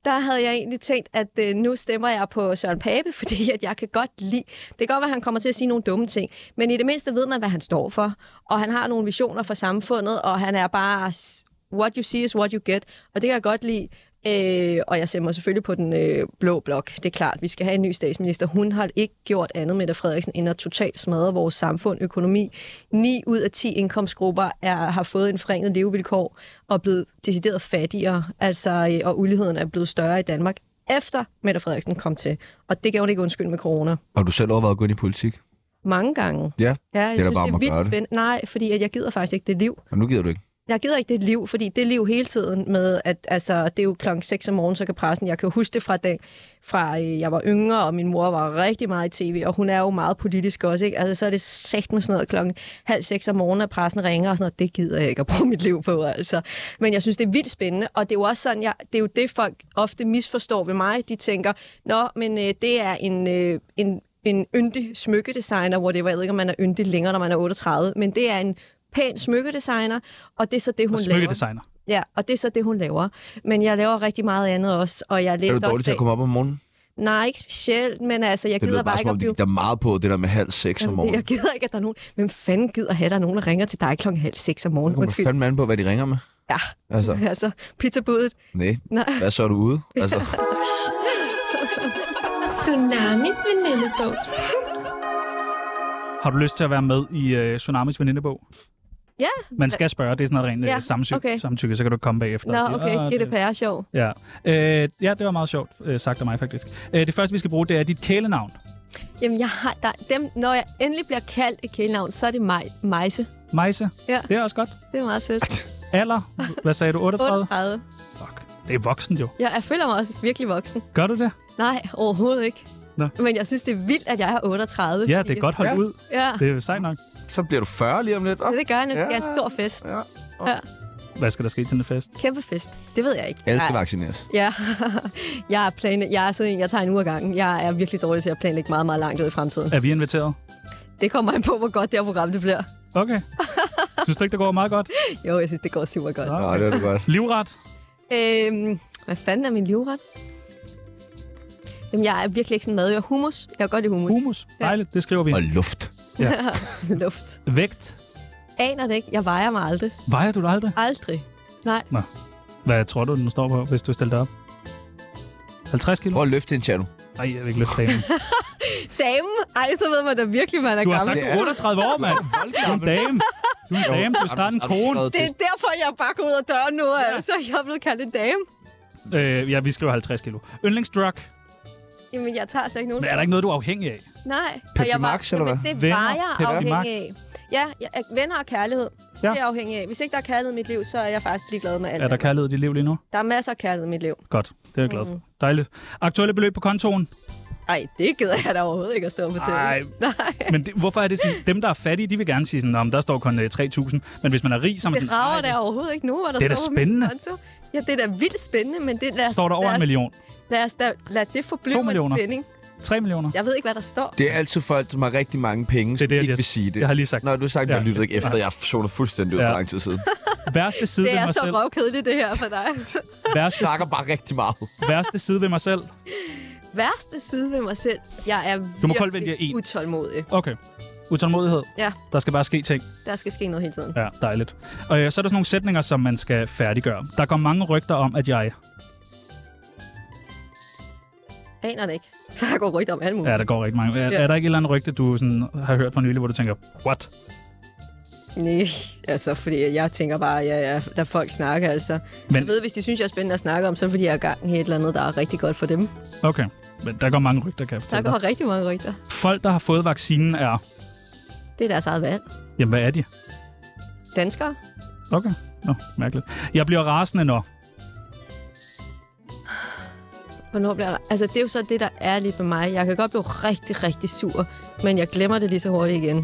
der havde jeg egentlig tænkt, at nu stemmer jeg på Søren Pape, fordi at jeg kan godt lide. Det kan godt være, at han kommer til at sige nogle dumme ting, men i det mindste ved man, hvad han står for. Og han har nogle visioner for samfundet, og han er bare, what you see is what you get. Og det kan jeg godt lide. Og jeg stemmer selvfølgelig på den blå blok. Det er klart, vi skal have en ny statsminister. Hun har ikke gjort andet, Mette Frederiksen, end at totalt smadre vores samfund, økonomi. 9 ud af 10 indkomstgrupper har fået en forringet levevilkår og er blevet decideret fattigere. Og uligheden er blevet større i Danmark, efter Mette Frederiksen kom til. Og det gav hun ikke undskyld med corona.
Har du selv overvejet at gå ind i politik?
Mange gange.
Ja,
jeg
det er
synes,
bare
det er vildt spændende. Nej, fordi at jeg gider faktisk ikke det liv.
Og nu gider du ikke?
Jeg gider ikke det liv, fordi det liv hele tiden med, at det er jo 6:00 om morgenen, så kan pressen. Jeg kan jo huske det fra jeg var yngre, og min mor var rigtig meget i tv, og hun er jo meget politisk også, ikke? Altså, så er det sagt med sådan noget 5:30 om morgenen, at pressen ringer og sådan noget. Det gider jeg ikke at bruge mit liv på, altså. Men jeg synes, det er vildt spændende, og det er jo også sådan, det er jo det, folk ofte misforstår ved mig. De tænker, men det er en yndig smykkedesigner, hvor det var, jeg ved ikke, om man er yndig længere, når man er 38, men det er en pæn smykkedesigner, og det er så det, hun laver.
Smykkedesigner.
Ja, og det er så det, hun laver. Men jeg laver rigtig meget andet også, og jeg læste også...
Er du dårlig til at komme op om morgenen?
Nej, ikke specielt, men altså, jeg gider bare ikke...
Det lyder meget på det der med 5:30 om morgenen.
Jeg gider ikke, at der er nogen... Hvem fanden gider have, der er nogen, der ringer til dig 5:30 om morgenen?
Du kan fandme an på, hvad de ringer med.
Ja, altså pizzabudet.
Nej, hvad så er du ude? Altså.
Tsunamis venindebog.
Har du lyst til at være med i Tsunamis venindebog?
Ja.
Man skal spørge, det er sådan noget rent samtykke, så kan du komme bagefter.
Nå, okay, det er sjov.
Ja. Ja, det var meget sjovt sagt af mig faktisk. Det første, vi skal bruge, det er dit kælenavn.
Jamen, når jeg endelig bliver kaldt et kælenavn, så er det Majse.
Majse?
Ja.
Det er også godt.
Det er meget sødt.
Alder? Hvad sagde du? 38?
38.
Fuck. Det er voksen jo.
Ja, jeg føler mig også virkelig voksen.
Gør du det?
Nej, overhovedet ikke.
Nå.
Men jeg synes, det er vildt, at jeg er 38.
Ja, det er godt holdt ud.
Ja.
Det er sejt nok.
Så bliver du 40 lige om lidt.
Ja, det gør jeg, når vi skal have en stor fest. Ja.
Hvad skal der ske til en fest?
Kæmpe fest. Det ved jeg ikke.
Alle skal vaccineres.
Ja. Jeg tager en uge ad gangen. Jeg er virkelig dårlig til at planlægge meget, meget langt ud i fremtiden.
Er vi inviteret?
Det kommer an på, hvor godt det her program det bliver.
Okay. Synes du ikke, det går meget godt?
Jo, jeg synes, det går super godt.
Okay.
Det er det godt.
Livret?
Hvad fanden er min livret? Jamen, jeg er virkelig ikke sådan mad. Jeg er hummus. Jeg kan godt lide hummus.
Hummus? Dejligt, det skriver vi.
Og luft.
Ja.
Luft.
Vægt?
Aner det ikke. Jeg vejer mig aldrig.
Vejer du dig aldrig?
Aldrig. Nej.
Nå. Hvad tror du, den står på, hvis du stiller dig op? 50 kilo?
Prøv at løfte en chano.
Nej, jeg vil ikke løfte damen.
Dame? Ej, så ved man da virkelig, man er
gammel.
gammel.
Du har sagt 38 år, mand. Du er en dame. Du er en dame, du er snart en kone.
Det er derfor, jeg bare går ud af døren nu, altså. Jeg er blevet kaldt en dame.
Ja, vi skriver 50 kilo. Yndlingsdrug?
Jamen, jeg tager slet ikke nogen.
Men er der ikke noget, du er afhængig af?
Nej.
Pepsi Max, eller hvad?
Det var jeg afhængig af. Ja, venner og kærlighed.
Ja.
Det er jeg afhængig af. Hvis ikke der er kærlighed i mit liv, så er jeg faktisk ligeglad med alt.
Er der kærlighed i dit liv lige nu?
Der er masser af kærlighed i mit liv.
Godt, det er jeg glad for. Dejligt. Aktuelle beløb på kontoen?
Ej, det gider jeg da overhovedet ikke at stå på
Nej. Men hvorfor er det sådan, dem der er fattige, de vil gerne sige sådan, om der står kun 3.000, men hvis man er rig, så er man
det rager der overhovedet ikke nu, hvor der
det er da spændende.
Ja, det er da vildt spændende, men det
står der over 1 million.
Lad det forblive en spænding.
3 millioner.
Jeg ved ikke, hvad der står.
Det er altid folk, som har rigtig mange penge, som ikke vil sige det.
Jeg har lige sagt.
Nå, du har sagt, at jeg lytter ikke efter. Jeg zoner fuldstændig ud for lang tid siden.
Værste side ved mig selv.
Det er så røvkedeligt, det her for dig.
Jeg snakker bare rigtig meget.
Værste side ved mig selv.
Værste side ved mig selv? Jeg er
du må kun vælge en.
Utålmodig.
Okay. Utålmodighed?
Ja.
Der skal bare ske ting?
Der skal ske noget hele tiden.
Ja, dejligt. Og så er der sådan nogle sætninger, som man skal færdiggøre. Der går mange rygter om, at jeg...
Aner det ikke. Der går rygter om alt muligt.
Ja, der går rigtig mange. Er der ikke et eller andet rygte, du sådan har hørt fra nylig, hvor du tænker, what?
Nej, altså, fordi jeg tænker bare, der folk snakker, altså. Men jeg ved, hvis de synes, jeg er spændende at snakke om, så er det, fordi jeg er gang i et eller andet, der er rigtig godt for dem.
Okay, men der går mange rygter, kan jeg fortælle dig.
Der går rigtig mange rygter.
Folk, der har fået vaccinen, er...
Det er deres eget valg.
Jamen, hvad er de?
Danskere.
Okay, mærkeligt. Jeg bliver rasende, når...
Hvornår bliver jeg... Altså, det er jo så det, der er lidt med mig. Jeg kan godt blive rigtig, rigtig sur, men jeg glemmer det lige så hurtigt igen.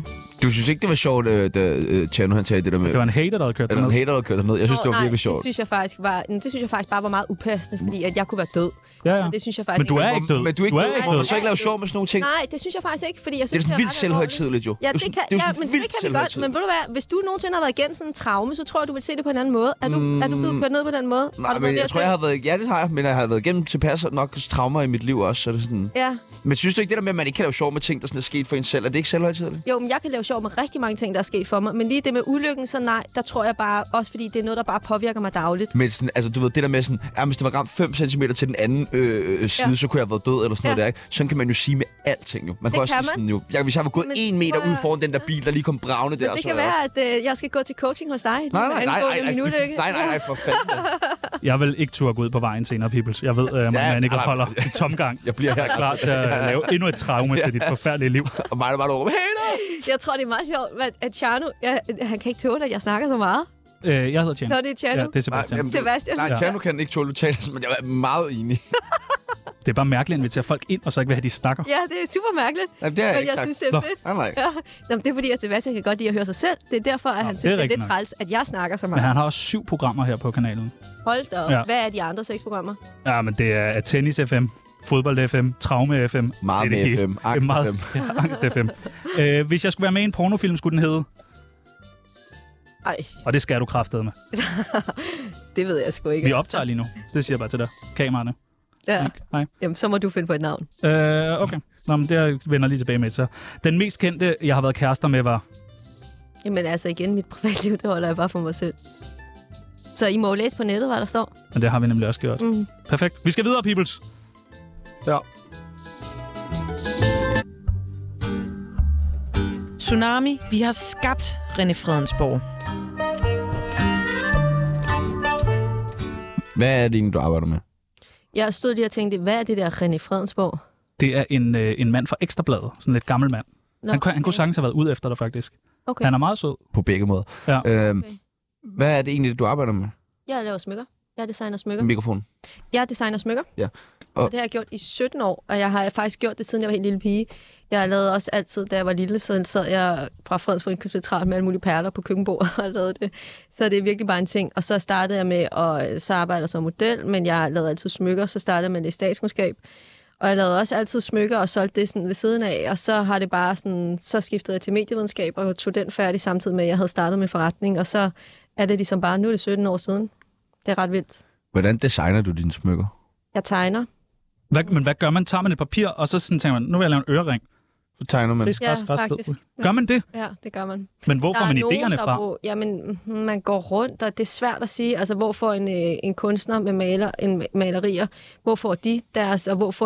Du synes ikke, det var sjovt, da Tjerno han sagde det der med...
Det var en hater, der havde kørt
Eller
derned.
en hater, der havde kørt derned. Jeg synes, det var virkelig sjovt.
Det synes jeg faktisk bare var meget upassende, fordi at jeg kunne være død.
Ja.
Så det synes jeg faktisk
Men du er ikke død.
Men du er ikke død. Hvorfor så ikke lave sjov med sådan nogle ting?
Nej, det synes jeg faktisk ikke, fordi jeg synes,
Det er sådan vildt selvhøjtidligt, jo.
Ja, det kan vi godt. Men ved du hvad, hvis du nogensinde har været igennem sådan en traume, så tror jeg, du vil se det på en anden måde. Er du blevet kørt ned på den måde?
Nej, men jeg tror, jeg har været... Ja, det har jeg, men jeg har været igennem tilpas nok traumer i mit liv også, så er det sådan...
Ja.
Men synes du ikke det der med, at man ikke kan lave sjov med ting, der sådan er sket for en selv? Er det ikke selvhøjtidligt?
Jo, men jeg kan lave sjov med rigtig mange ting, der er sket for mig. Men lige det med ulykken, så nej, der tror jeg bare... Også fordi det er noget, der bare påvirker mig dagligt.
Men sådan, altså, du ved, det der med sådan... Ja, hvis det var ramt 5 cm til den anden side, så kunne jeg have været død, eller sådan noget der, ikke? Sådan kan man jo sige med alting, jo. Man kan også sådan, jo... Hvis jeg var gået 1 meter ud foran den der bil, der lige kom bravne der...
Det kan være, at jeg skal gå til coaching hos dig.
Nej, for fanden.
Jeg vil ikke turde gå ud på vejen senere, Peoples. Jeg ved, at man ikke holder i tomgang.
Jeg bliver her
klar til at lave endnu et traume til dit forfærdelige liv.
Og mig, der bare råber,
Jeg tror, det er meget sjovt, at Tjerno, han kan ikke tåle, at jeg snakker så meget.
Jeg hedder Tjerno.
Nå, det er Tjerno.
Ja, det er Sebastian.
Sebastian.
Nej, Tjerno kan ikke tåle udtale, men jeg er meget enig.
Det er bare mærkeligt at invitere folk ind, og så ikke vil have, de snakker.
Ja, det er super mærkeligt.
Ja, det er
men jeg synes, det er fedt.
Nej.
Ja. Jamen, det er fordi, at Sebastian kan godt lide at høre sig selv. Det er derfor, at han synes, det er lidt træls, at jeg snakker så meget.
Men han har også 7 programmer her på kanalen.
Hold da op. Ja. Hvad er de andre 6 programmer?
Ja, men det er Tennis FM, Fodbold FM, Traume FM.
Meget med FM.
Angst FM. Hvis jeg skulle være med i en pornofilm, skulle den hedde...
Ej.
Og det skal du kraftedeme med.
Det ved jeg sgu ikke.
Vi optager lige nu, så det siger jeg bare til dig. Kameraerne.
Ja.
Hej.
Jamen, så må du finde på et navn.
Okay. Nå, men det vender lige tilbage med. Så den mest kendte, jeg har været kærester med, var...
Jamen altså igen, mit privatliv, det holder jeg bare for mig selv. Så I må jo læse på nettet, hvad der står.
Men det har vi nemlig også gjort. Perfekt. Vi skal videre, Peoples.
Ja.
Tsunami, vi har skabt René Fredensborg.
Hvad er det egentlig, du arbejder med?
Jeg stod lige og tænkte, hvad er det der René Fredensborg?
Det er en mand fra Ekstrabladet. Sådan lidt gammel mand. Nå, han kunne sagtens have været ude efter dig, faktisk.
Okay.
Han er meget sød.
På begge måder.
Ja.
Hvad er det egentlig, du arbejder med?
Jeg laver smykker. Jeg designer smykker.
Mikrofon.
Jeg designer smykker.
Ja.
Og det har jeg gjort i 17 år, og jeg har faktisk gjort det, siden jeg var helt lille pige. Jeg har lavet også altid, da jeg var lille, så sad jeg fra Fredensborg Indkøbscentral med alle mulige perler på køkkenbordet og lavede det. Så det er virkelig bare en ting. Og så startede jeg med at så arbejde som model, men jeg lavede altid smykker. Så startede jeg med lidt statskundskab. Og jeg lavede også altid smykker og solgte det sådan ved siden af. Og så har det bare sådan, så skiftede jeg til medievidenskab og tog den færdig samtidig med, at jeg havde startet med forretning. Og så er det ligesom bare, nu er det 17 år siden. Det er ret vildt.
Hvordan designer du dine smykker?
Jeg tegner.
Men hvad gør man? Tager man et papir, og så sådan tænker man, nu vil jeg lave en ørering.
Så tegner man.
Faktisk.
Gør man det?
Ja, det gør man.
Men hvor får man idéerne fra?
Jamen, man går rundt, og det er svært at sige. Altså, hvor får en kunstner med malerier, hvor får de deres, og hvor får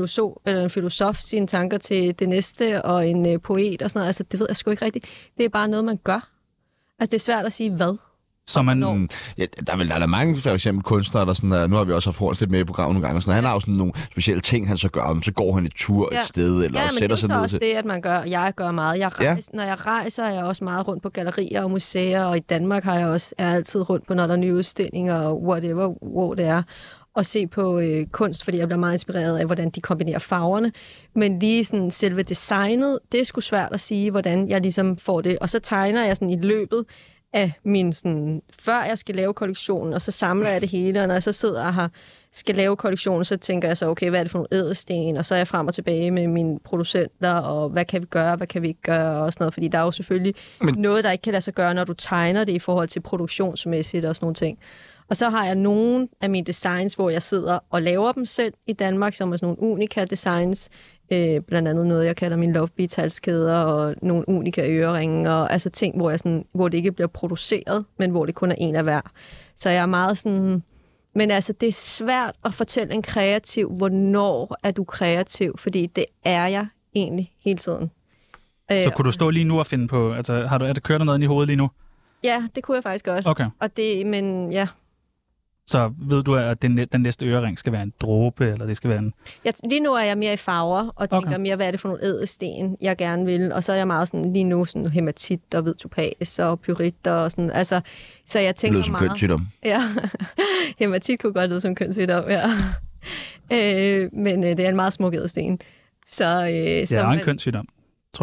en filosof sine tanker til det næste, og en poet og sådan noget. Altså, det ved jeg sgu ikke rigtigt. Det er bare noget, man gør. Altså, det er svært at sige, hvad.
Så man...
Ja, der er mange, for eksempel kunstnere, der sådan, nu har vi også haft Horns lidt med i programmet nogle gange, sådan, han har jo sådan nogle specielle ting, han så gør, så går han en tur et sted, eller sætter sig ned.
Ja, men det er også det, at man gør. Jeg gør meget. Når jeg rejser, er jeg også meget rundt på gallerier og museer, og i Danmark er jeg altid rundt på, når der er nye udstillinger, og whatever, hvor det er, og se på kunst, fordi jeg bliver meget inspireret af, hvordan de kombinerer farverne. Men lige sådan selve designet, det er sgu svært at sige, hvordan jeg ligesom får det. Og så tegner jeg sådan i løbet af min sådan, før jeg skal lave kollektionen, og så samler jeg det hele, og når jeg så sidder og skal lave kollektionen, så tænker jeg så, okay, hvad er det for nogle ædelsten, og så er jeg frem og tilbage med mine producenter, og hvad kan vi gøre, hvad kan vi ikke gøre, og sådan noget, fordi der er jo selvfølgelig noget, der ikke kan lade sig gøre, når du tegner det i forhold til produktionsmæssigt og sådan nogle ting. Og så har jeg nogle af mine designs, hvor jeg sidder og laver dem selv i Danmark, som er sådan nogle unika designs, blandt andet noget, jeg kalder mine Love Beats halskæder, og nogle unika øreringe, og altså ting, hvor det ikke bliver produceret, men hvor det kun er en af hver. Så jeg er meget sådan... Men altså, det er svært at fortælle en kreativ, hvornår er du kreativ, fordi det er jeg egentlig hele tiden.
Så kunne du stå lige nu og finde på... Altså, er det kørt noget ind i hovedet lige nu?
Ja, det kunne jeg faktisk godt.
Okay.
Men ja...
Så ved du, at den næste ørering skal være en dråbe, eller det skal være en...
Lige nu er jeg mere i farver, og tænker mere, hvad er det for nogle ædelsten, jeg gerne vil. Og så er jeg meget sådan, lige nu sådan hematit og hvid topaz og pyrit og sådan. Altså, så jeg tænker
meget... Det lyder som kønssygdom.
Ja, hematit kunne godt lyde som kønssygdom, ja. Men det er en meget smuk ædelsten. Så
det er en kønssygdom, tror jeg.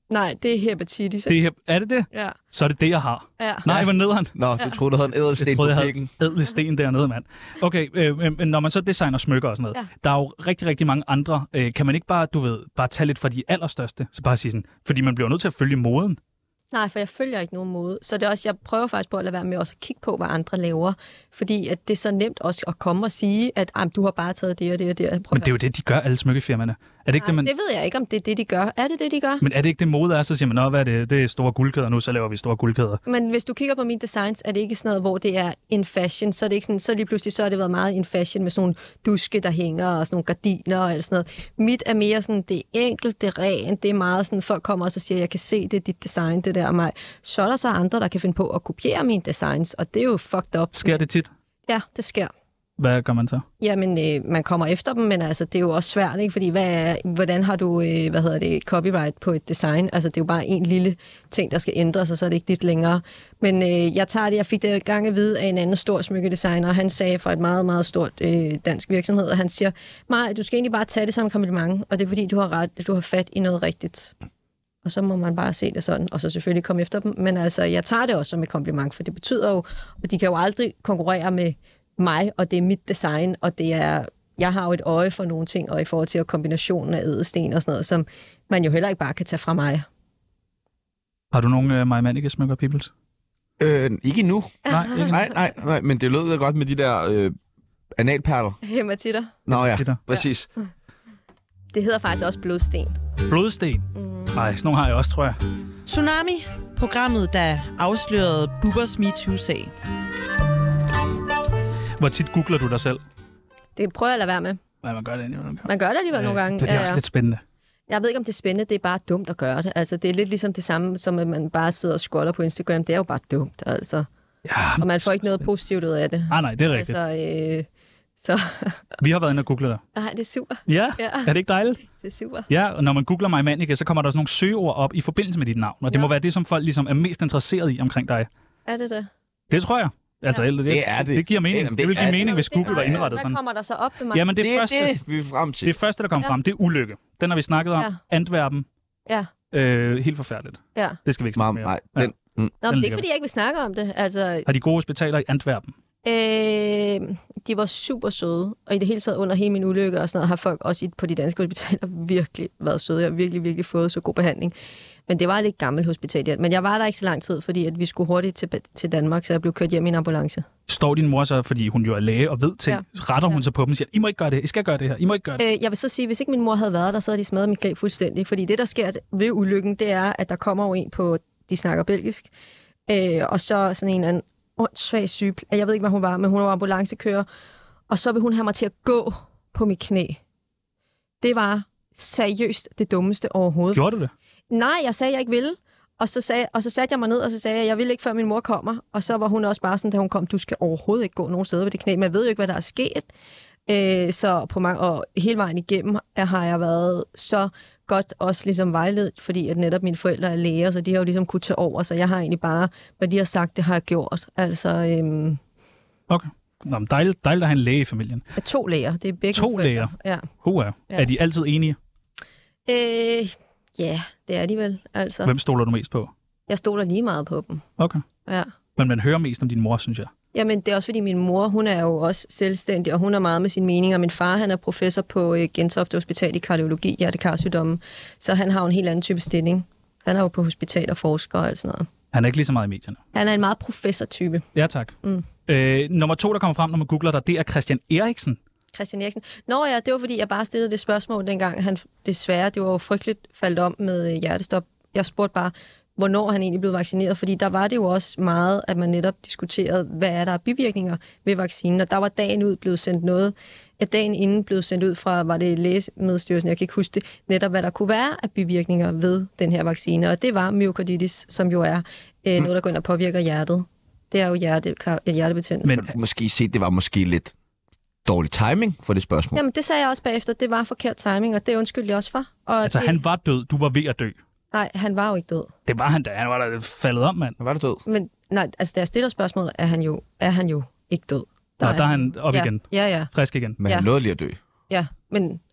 Nej, det er hepatitis.
Er det det?
Ja.
Så er det det, jeg har.
Ja.
Nej, hvor nederen.
Nå, du troede, du havde en ædelsten på pikken.
Ædelsten dernede, mand. Okay, men når man så designer smykker og sådan noget, der er jo rigtig, rigtig mange andre. Kan man ikke bare tage lidt fra de allerstørste? Så bare sige sådan, fordi man bliver nødt til at følge moden.
Nej, for jeg følger ikke nogen mode. Så det er også, jeg prøver faktisk på at lade være med også at kigge på, hvad andre laver. Fordi at det er så nemt også at komme og sige, at du har bare taget det og det og det.
Men det er jo det, de gør, alle smykkefirmaerne. Er det ikke
det ved jeg ikke, om det er det, de gør. Er det det, de gør?
Men er det ikke det mode er, så siger man, hvad er det? Det er store guldkæder nu, så laver vi store guldkæder.
Men hvis du kigger på mine designs, er det ikke sådan noget, hvor det er in fashion. Så er det ikke sådan, så lige pludselig så har det været meget in fashion med sådan nogle duske, der hænger og sådan nogle gardiner og alt sådan noget. Mit er mere sådan, det er enkelt, det er rent, det er meget sådan, folk kommer og så siger, jeg kan se, det er dit design, det der og mig. Så er der så andre, der kan finde på at kopiere mine designs, og det er jo fucked up.
Sker det tit?
Ja, det sker.
Hvad gør man så?
Jamen, man kommer efter dem, men altså, det er jo også svært, ikke? Fordi hvordan har du, copyright på et design? Altså, det er jo bare en lille ting, der skal ændres, og så er det ikke dit længere. Men jeg fik det gang at vide af en anden stor smykkedesigner, og han sagde fra et meget, meget stort dansk virksomhed, og han siger, Maja, du skal egentlig bare tage det som kompliment, og det er fordi, du har ret, du har fat i noget rigtigt. Og så må man bare se det sådan, og så selvfølgelig komme efter dem. Men altså, jeg tager det også som et kompliment, for det betyder jo, og de kan jo aldrig konkurrere med mig, og det er mit design, og det er, jeg har jo et øje for nogle ting, og i forhold til kombinationen af ædelsten og sådan noget, som man jo heller ikke bare kan tage fra mig.
Har du nogle Maja Mannicke smykker, Peoples?
Ikke endnu.
Nej, ikke endnu.
Nej, men det lød godt med de der analperler.
Hematitter.
Nå ja, præcis.
Ja. Det hedder faktisk også blodsten.
Blodsten? Ej, sådan nogle har jeg også, tror jeg.
Tsunami, programmet, der afslørede Bubbers MeToo-sag.
Hvor tit googler du dig selv?
Det prøver jeg at lade være med.
Nej, man gør det alligevel.
Man gør det alligevel nogle gange.
Det er også lidt spændende.
Jeg ved ikke, om det er spændende. Det er bare dumt at gøre det. Altså, det er lidt ligesom det samme, som at man bare sidder og scroller på Instagram. Det er jo bare dumt, altså.
Ja,
og man får ikke noget positivt ud af det.
Nej, det er rigtigt.
Altså, så...
Vi har været inde og google dig.
Nej, det er super.
Ja, er det ikke dejligt?
Det er super.
Ja, og når man googler Maja Mannicke, så kommer der sådan nogle søgeord op i forbindelse med dit navn. Og det må være det, som folk ligesom er mest interesseret i omkring dig.
Er det det?
Det tror jeg. Altså, det giver mening. Det vil give mening, hvis Google var indrettet sådan.
Hvad kommer der så op med mig?
Jamen, det
vi er frem til.
Det første, der kommer frem, det er ulykke. Den har vi snakket om. Antwerpen.
Ja.
Helt forfærdeligt.
Ja.
Det skal vi ikke snakke mere om.
Nej,
Nå, men det er ikke, fordi jeg ikke vil snakke om det. Altså...
Har de gode hospitaler i Antwerpen?
De var super søde, og i det hele taget under hele min ulykke og sådan noget, har folk også på de danske hospitaler virkelig været søde. Jeg har virkelig, virkelig fået så god behandling. Men det var et lidt gammelt hospital. Men jeg var der ikke så lang tid, fordi at vi skulle hurtigt til Danmark, så jeg blev kørt hjem i en ambulance.
Står din mor så, fordi hun jo er læge og ved ting, retter hun sig på dem og siger, I må ikke gøre det, I skal gøre det her, I må ikke gøre det?
Jeg vil så sige, hvis ikke min mor havde været der, så havde de smadret mit greb fuldstændig. Fordi det, der sker ved ulykken, det er, at der kommer jo en på, de snakker belgisk, og så sådan en eller anden åndssvag syg. Jeg ved ikke, hvad hun var, men hun var ambulancekører. Og så vil hun have mig til at gå på mit knæ. Det var seriøst det dummeste overhovedet.
Gjorde du det?
Nej, jeg sagde, jeg ikke ville. Og så satte jeg mig ned, og så sagde jeg vil ikke, før min mor kommer. Og så var hun også bare sådan, da hun kom, du skal overhovedet ikke gå nogen steder ved det knæ. Men jeg ved jo ikke, hvad der er sket. Så på og hele vejen igennem har jeg været så godt også ligesom vejledt, fordi at netop mine forældre er læger, så de har jo ligesom kunne tage over. Så jeg har egentlig bare, hvad de har sagt, det har jeg gjort. Altså...
Okay. Nå, men dejligt at have en læge i familien.
2 læger, det er begge
2 læger?
Ja.
Ja. Er de altid enige?
Ja, det er de vel. Altså.
Hvem stoler du mest på?
Jeg stoler lige meget på dem.
Okay.
Ja.
Men man hører mest om din mor, synes jeg.
Jamen, det er også fordi min mor, hun er jo også selvstændig, og hun er meget med sine meninger. Min far, han er professor på Gentofte Hospital i kardiologi, hjerte-karsygdomme, så han har jo en helt anden type stilling. Han er jo på hospital og forsker og alt sådan noget.
Han er ikke lige så meget i medierne.
Han er en meget professor-type.
Ja, tak. Nummer 2, der kommer frem, når man googler dig, det er Christian Eriksen.
Christian Eriksen. Nå ja, det var fordi, jeg bare stillede det spørgsmål dengang. Han desværre, det var jo frygteligt faldt om med hjertestop. Jeg spurgte bare, hvornår han egentlig blev vaccineret, fordi der var det jo også meget, at man netop diskuterede, hvad er der af bivirkninger ved vaccinen, og der var dagen ud blevet sendt noget, at dagen inden blev sendt ud fra, var det Lægemiddelstyrelsen, jeg kan ikke huske det, netop hvad der kunne være af bivirkninger ved den her vaccine, og det var myokarditis, som jo er noget, der går ind og påvirker hjertet. Det er jo hjertebetændelse.
Men måske se, det var måske lidt dårlig timing for det spørgsmål.
Jamen, det sagde jeg også bagefter, det var forkert timing, og det undskyldte jeg også for. Og
altså, han var død, du var ved at dø.
Nej, han var jo ikke død.
Det var han da. Han var da faldet om, mand.
Han var da død.
Men nej, altså da jeg stiller spørgsmålet, er han jo ikke død.
Der er han op igen.
Ja.
Frisk igen.
Men han nåede lige at dø.
Ja, men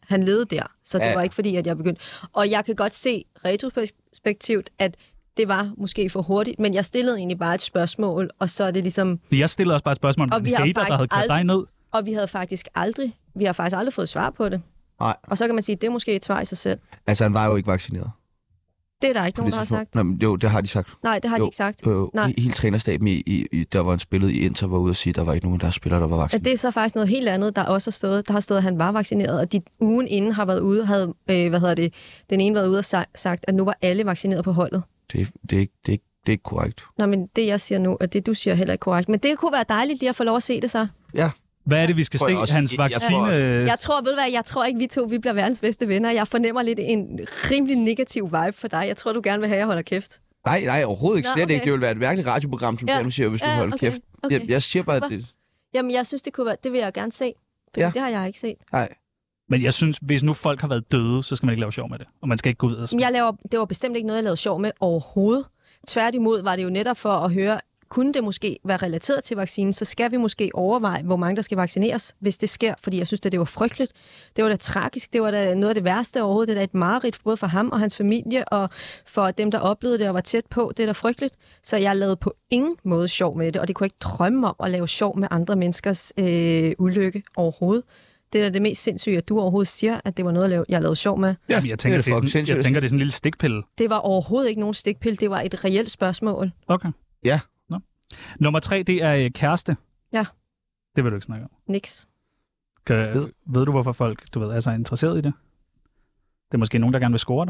han levede der. Så det
Ja.
var ikke fordi, at jeg begyndte. Og jeg kan godt se retrospektivt, at det var måske for hurtigt, men jeg stillede egentlig bare et spørgsmål, og så er det ligesom...
Jeg stillede også bare et spørgsmål om en hater, der havde kørt dig ned.
Og vi har faktisk aldrig fået svar på det.
Nej.
Og så kan man sige, at det er måske et svar i sig selv.
Altså, han var jo ikke vaccineret.
Det er der ikke nogen, der har sagt.
Nå, men jo, det har de sagt.
Nej, det har de ikke sagt. Nej.
Hele trænerstaben, der var en spillet i Inter, var ude og sige, at der var ikke nogen, der spiller, der var vaccineret.
Det er så faktisk noget helt andet, der også har stået. Der har stået, at han var vaccineret, og de ugen inden har været ude, havde, den ene været ude og sagt, at nu var alle vaccineret på holdet.
Det er ikke korrekt.
Nå, men det jeg siger nu, og det du siger heller ikke korrekt. Men det kunne være dejligt lige at få lov at se det så.
Ja.
Hvad er det, vi skal se? Hans vaccine...
Jeg tror ikke, vi bliver verdens bedste venner. Jeg fornemmer lidt en rimelig negativ vibe for dig. Jeg tror, du gerne vil have, at jeg holder kæft.
Nej, overhovedet ikke. Slet ikke. Det ville være et mærkeligt radioprogram, som du siger, hvis du holder kæft. Okay. Jeg siger bare, at det...
Jamen, jeg synes, det kunne være... Det vil jeg gerne se. Det har jeg ikke set.
Nej.
Men jeg synes, hvis nu folk har været døde, så skal man ikke lave sjov med det. Og man skal ikke gå ud og...
Det var bestemt ikke noget, jeg lavede sjov med overhovedet. Tværtimod var det jo netop for at høre, kunne det måske være relateret til vaccinen, så skal vi måske overveje, hvor mange der skal vaccineres, hvis det sker, fordi jeg synes, det var frygteligt. Det var da tragisk, det var da noget af det værste overhovedet. Det er da et mareridt både for ham og hans familie, og for dem, der oplevede det og var tæt på. Det er da frygteligt. Så jeg lavede på ingen måde sjov med det, og det kunne jeg ikke drømme om at lave sjov med andre menneskers ulykke overhovedet. Det er det mest sindssyge, at du overhovedet siger, at det var noget, jeg lavede sjov med.
Ja, jeg tænker, det er sådan en lille stikpille.
Det var overhovedet ikke nogen stikpille. Det var et reelt spørgsmål.
Okay.
Ja.
Nå. Nummer 3, det er kæreste.
Ja.
Det vil du ikke snakke om.
Niks.
Ved du, hvorfor folk er så interesseret i det? Det er måske nogen, der gerne vil score dig.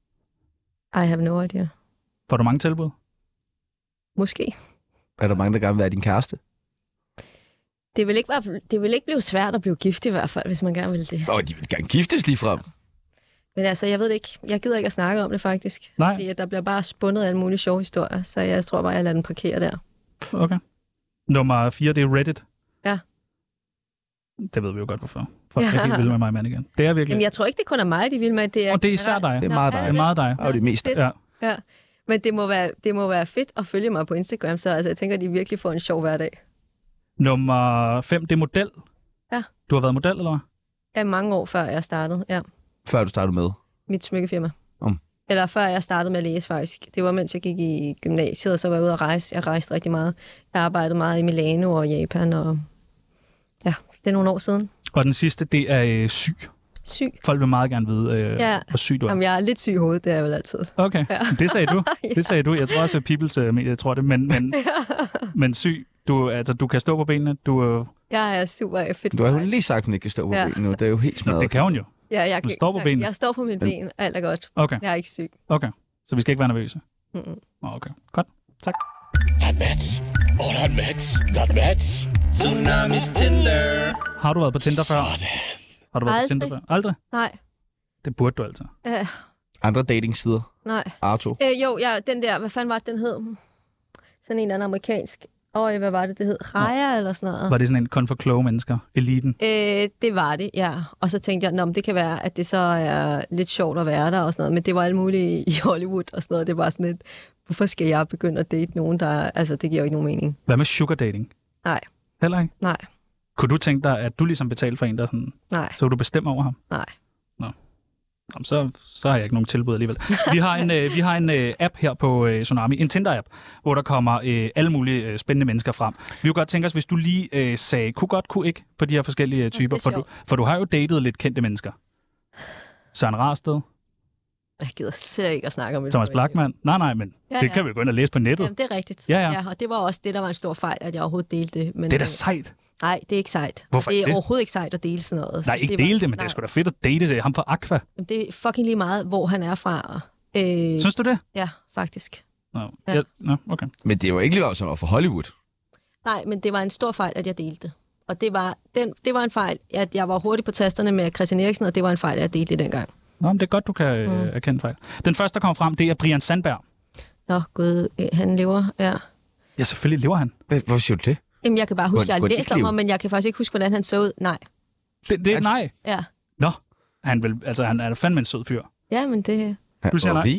I have no idea.
Får du mange tilbud?
Måske.
Er der mange, der gerne vil være din kæreste?
Det vil ikke blive svært at blive gift i hvert fald, hvis man gerne vil det.
De vil gerne giftes lige frem.
Men altså, jeg ved det ikke. Jeg gider ikke at snakke om det, faktisk.
Nej.
Fordi der bliver bare spundet alle mulige sjove historier, så jeg tror bare, jeg lader den parkere der.
Okay. Nummer 4, det er Reddit.
Ja.
Det ved vi jo godt, hvorfor. Folk er helt vilde med mig, mand, igen. Det er virkelig...
Jamen, jeg tror ikke, det kun er mig, de vil med. Det er,
og det er især dig.
Det er meget dig.
Det er meget dig.
Og det meste.
Ja. Men det må være fedt at følge mig på Instagram, så altså, jeg tænker, at de virkelig får en sjov hverdag.
Nummer 5, det er model.
Ja.
Du har været model, eller hvad?
Ja, mange år før jeg startede, ja.
Før du startede med?
Mit smykkefirma. Eller før jeg startede med at læse, faktisk. Det var, mens jeg gik i gymnasiet, og så var jeg ude at rejse. Jeg rejste rigtig meget. Jeg arbejdede meget i Milano og Japan, og ja, det er nogle år siden.
Og den sidste, det er syg.
Syg?
Folk vil meget gerne vide, hvor syg du er.
Jamen, jeg er lidt syg i hovedet, det er jeg vel altid.
Okay,
ja.
Det sagde du. Det sagde du. Jeg tror også, at Peoples jeg tror det, men syg. Du kan stå på benene.
Jeg er super fedt.
Du har jo lige sagt, at hun ikke kan stå på benene nu. Det er jo helt smadret.
Det kan hun jo.
Ja, jeg
står på benene.
Jeg står på mine ben. Alt er godt.
Okay.
Jeg er ikke syg.
Okay. Så vi skal ikke være nervøse? Okay. Godt. Tak.
That match. Oh, that match. That match. Tsunamis Tinder.
Har du været på Tinder før? Har du været på Tinder før? Aldrig?
Nej.
Det burde du altså.
Andre datingsider?
Nej.
Arto?
Jo, den der, hvad fanden var det, den hed? Sådan en eller anden amerikansk. Hvad var det hed? Raya eller sådan noget?
Var det sådan en kun for kloge mennesker? Eliten?
Det var det, ja. Og så tænkte jeg, det kan være, at det så er lidt sjovt at være der og sådan noget. Men det var alt muligt i Hollywood og sådan noget. Det var sådan lidt, hvorfor skal jeg begynde at date nogen, der... Altså, det giver jo ikke nogen mening.
Hvad med sugar dating?
Nej.
Heller ikke?
Nej.
Kunne du tænke dig, at du ligesom betalte for en, der sådan...
Nej.
Så du bestemmer over ham?
Nej.
Nå. Jamen, så har jeg ikke nogen tilbud alligevel. Vi har en app her på Tsunami, en Tinder-app, hvor der kommer alle mulige spændende mennesker frem. Vi kunne godt tænke os, hvis du lige sagde kunne ikke på de her forskellige typer, for du har jo datet lidt kendte mennesker. Søren Rarsted.
Jeg gider slet ikke at snakke om det.
Thomas Blachman. Nej, men det kan vi jo gå ind og læse på nettet.
Jamen, det er rigtigt.
Ja,
og det var også det, der var en stor fejl, at jeg overhovedet delte det. Men,
det er da sejt.
Nej, det er ikke sejt.
Hvorfor
det er overhovedet ikke sejt at dele sådan noget.
Nej, ikke dele det, men det er sgu da fedt at date det. Ham fra Aqua.
Det er fucking lige meget, hvor han er fra.
Synes du det?
Ja, faktisk.
Nå, okay.
Men det er jo ikke lige sådan for Hollywood.
Nej, men det var en stor fejl, at jeg delte. Og det var en fejl, at jeg var hurtig på tasterne med Christian Eriksen, og det var en fejl, at jeg delte det dengang.
Nå, men det er godt, du kan erkende fejl. Den første, der kommer frem, det er Brian Sandberg.
Nå, gud, han lever, ja.
Ja, selvfølgelig lever han.
Hvor siger du det?
Jamen, jeg kan bare huske, at jeg har læst om ham, men jeg kan faktisk ikke huske, hvordan han så ud. Nej.
Nej?
Ja.
Nå, han er fandme en sød fyr.
Ja, men det...
Du siger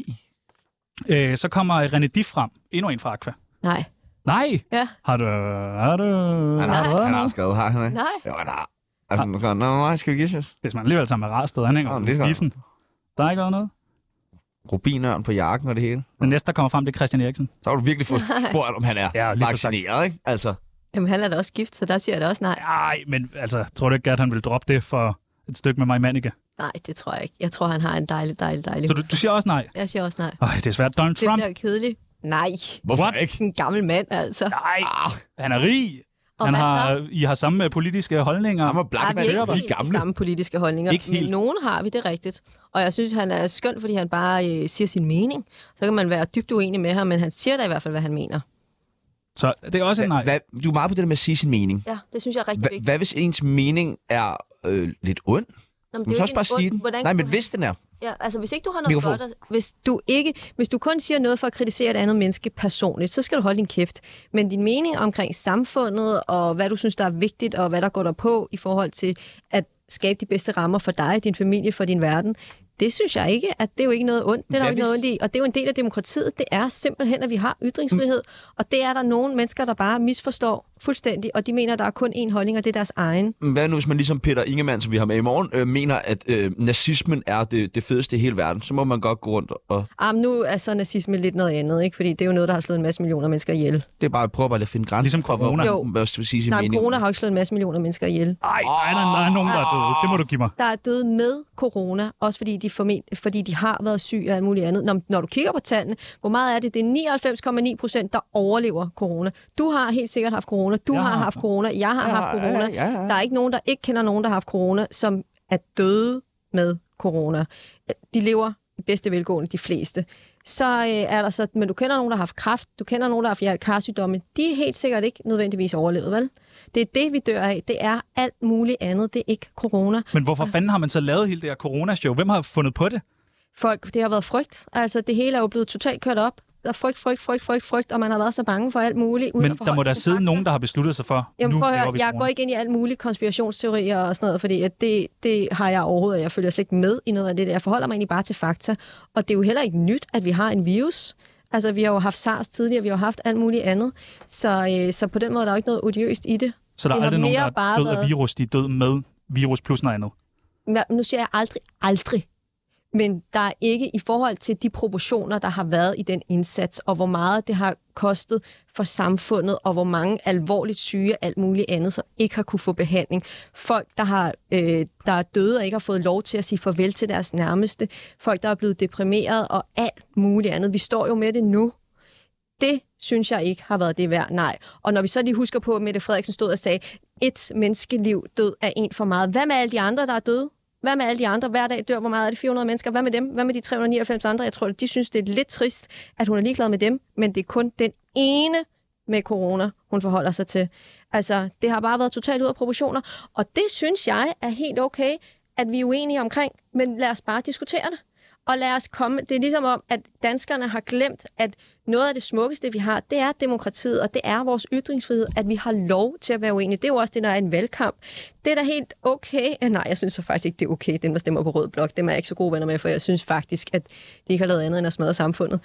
nej. Så kommer René Diff frem. Endnu en fra Aqua.
Nej.
Nej?
Ja.
Har du...
Han har skrevet, har han ikke?
Nej.
Jo, han har. Altså, nej, skal vi giftes?
Hvis man alligevel tager med Rarsted, han hænger
lige
på giffen. Der er ikke været noget.
Rubinørn på jakken og det hele.
Den næste, der kommer frem, det er Christian Eriksen.
Så har du virkelig fået spurgt, om han er vaccineret, ikke? Altså.
Jamen, han er da også gift, så der siger jeg da også nej.
Nej, men altså, tror du ikke, at han vil droppe det for et stykke med mig i Manike?
Nej, det tror jeg ikke. Jeg tror, han har en dejlig
Så du siger også nej?
Jeg siger også nej.
Det er svært. Donald Trump?
Det bliver kedeligt. Nej.
Hvorfor ikke?
En gammel mand, altså.
Nej, han er rig. I har samme politiske holdninger.
Han var Blackman,
vi er ikke
helt
de samme politiske holdninger.
Ikke helt.
Men nogen har vi, det er rigtigt. Og jeg synes, han er skøn, fordi han bare siger sin mening. Så kan man være dybt uenig med ham, men han siger da i hvert fald, hvad han mener.
Så det er også en nej.
Du er meget på det der med at sige sin mening.
Ja, det synes jeg er rigtig vigtigt.
Hvad hvis ens mening er lidt ond?
Nå,
Du kan også bare sige den. Nej, men hvis den er.
Ja, altså hvis ikke du har noget godt, hvis du kun siger noget for at kritisere et andet menneske personligt, så skal du holde din kæft. Men din mening omkring samfundet, og hvad du synes, der er vigtigt, og hvad der går der på i forhold til at skabe de bedste rammer for dig, din familie, for din verden, det synes jeg ikke, at det er jo ikke noget ondt. Det er der ikke noget ondt i, og det er jo en del af demokratiet. Det er simpelthen, at vi har ytringsfrihed, og det er der nogle mennesker, der bare misforstår fuldstændig, og de mener, der er kun én holdning, og det er deres egen.
Hvad nu, hvis man ligesom Peter Ingemann, som vi har med i morgen, mener, at nazismen er det fedeste i hele verden, så må man godt gå rundt og...
Nu er så nazisme lidt noget andet, ikke? Fordi det er jo noget, der har slået en masse millioner mennesker ihjel.
Det er bare at prøve at finde grænser.
Ligesom corona.
Corona har ikke slået en masse millioner mennesker ihjel.
Nej, der er nogen, der er døde. Det må du give mig.
Der er døde med corona, også fordi de har været syge og alt muligt andet. Når du kigger på tallene, hvor meget er det? Det er 99,9%, der overlever corona. Du har helt sikkert haft corona. Du har haft corona. Jeg har haft corona.
Ja.
Der er ikke nogen, der ikke kender nogen, der har haft corona, som er døde med corona. De lever i bedste velgående, de fleste. Så er der så, men du kender nogen, der har haft kræft, du kender nogen, der har haft karsygdomme. De er helt sikkert ikke nødvendigvis overlevet, vel? Det er det, vi dør af. Det er alt muligt andet. Det er ikke corona.
Men hvorfor fanden har man så lavet hele det her coronashow? Hvem har fundet på det?
Det har været frygt. Altså, det hele er jo blevet totalt kørt op. Der er frygt, og man har været så bange for alt muligt.
Men der må der sidde nogen, der har besluttet sig for,
Jamen, jeg går ikke ind i alt muligt konspirationsteorier og sådan noget, fordi at det har jeg overhovedet, og jeg følger slet ikke med i noget af det. Jeg forholder mig egentlig bare til fakta, og det er jo heller ikke nyt, at vi har en virus. Altså, vi har jo haft SARS tidligere, vi har haft alt muligt andet. Så på den måde der er der jo ikke noget odiøst i det.
Så der er aldrig nogen, der er død af virus, de er død med virus plus noget andet?
Nu siger jeg aldrig. Men der er ikke i forhold til de proportioner, der har været i den indsats, og hvor meget det har kostet for samfundet, og hvor mange alvorligt syge alt muligt andet, som ikke har kunne få behandling. Folk, der er døde og ikke har fået lov til at sige farvel til deres nærmeste. Folk, der er blevet deprimeret og alt muligt andet. Vi står jo med det nu. Det synes jeg ikke har været det værd, nej. Og når vi så lige husker på, at Mette Frederiksen stod og sagde, et menneskeliv død er en for meget. Hvad med alle de andre, der er døde? Hvad med alle de andre? Hver dag dør, hvor meget er det? 400 mennesker. Hvad med dem? Hvad med de 399 andre? Jeg tror, de synes, det er lidt trist, at hun er ligeglad med dem, men det er kun den ene med corona, hun forholder sig til. Altså, det har bare været totalt ud af proportioner, og det synes jeg er helt okay, at vi er uenige omkring, men lad os bare diskutere det. Og lad os komme. Det er ligesom om, at danskerne har glemt, at noget af det smukkeste, vi har, det er demokratiet, og det er vores ytringsfrihed, at vi har lov til at være uenige. Det er jo også det, der er en valgkamp. Det er da helt okay. Nej, jeg synes så faktisk ikke, det er okay, dem der stemmer på Rød Blok. Dem er jeg ikke så gode venner med, for jeg synes faktisk, at de ikke har lavet andet end at smadre samfundet.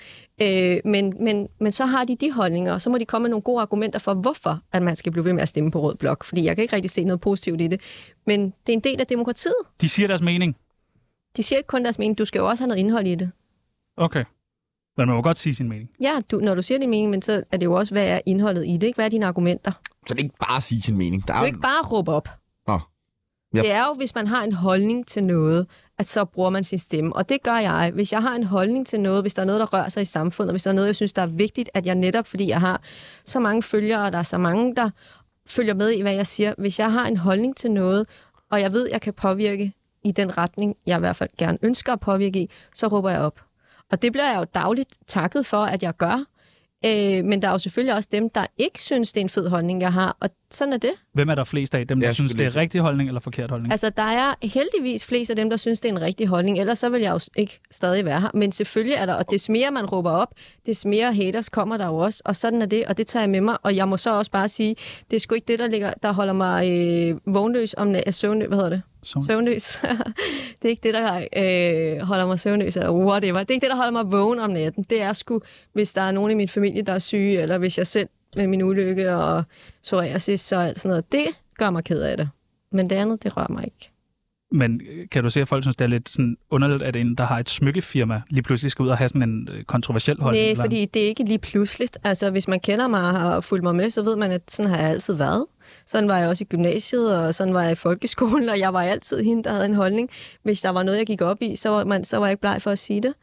Men så har de holdninger, og så må de komme med nogle gode argumenter for, hvorfor at man skal blive ved med at stemme på Rød Blok. Fordi jeg kan ikke rigtig se noget positivt i det. Men det er en del af demokratiet.
De siger deres mening.
De siger ikke kun deres mening. Du skal jo også have noget indhold i det.
Okay. Men man må godt sige sin mening.
Ja, når du siger din mening, men så er det jo også, hvad er indholdet i det, ikke? Hvad er dine argumenter?
Så det er ikke bare at sige sin mening.
Du kan ikke bare råbe op.
Nå. Yep.
Det er jo, hvis man har en holdning til noget, at så bruger man sin stemme. Og det gør jeg. Hvis jeg har en holdning til noget, hvis der er noget, der rører sig i samfundet, hvis der er noget, jeg synes, der er vigtigt, at jeg netop, fordi jeg har så mange følgere, og der er så mange, der følger med i, hvad jeg siger. Hvis jeg har en holdning til noget, og jeg ved, jeg kan påvirke i den retning, jeg i hvert fald gerne ønsker at påvirke i, så råber jeg op. Og det bliver jeg jo dagligt takket for, at jeg gør. Men der er jo selvfølgelig også dem, der ikke synes, det er en fed holdning, jeg har. Og sådan er det.
Hvem er der flest af? Dem, der synes, det er rigtig holdning eller forkert holdning?
Altså, der er heldigvis flest af dem, der synes, det er en rigtig holdning. Ellers så vil jeg jo ikke stadig være her. Men selvfølgelig er der, og des mere man råber op, des mere haters kommer der jo også. Og sådan er det, og det tager jeg med mig. Og jeg må så også bare sige, det er sgu ikke det, der holder mig vågnløs om søvnløs. Hvad hedder det? Søvnløs. Det er ikke det, der holder mig søvnløs, eller whatever. Det er ikke det, der holder mig vågen om natten. Det er sgu, hvis der er nogen i min familie, der er syge, eller hvis jeg selv med min ulykke og psoriasis og alt sådan noget. Det gør mig ked af det. Men det andet, det rører mig ikke.
Men kan du se, at folk synes, det er lidt sådan underligt, at en, der har et smykkefirma, lige pludselig skal ud og have sådan en kontroversiel holdning?
Nej, fordi det er ikke lige pludseligt. Altså, hvis man kender mig og har fulgt mig med, så ved man, at sådan har jeg altid været. Sådan var jeg også i gymnasiet, og sådan var jeg i folkeskolen, og jeg var altid hende, der havde en holdning. Hvis der var noget, jeg gik op i, så var jeg ikke bleg for at sige det.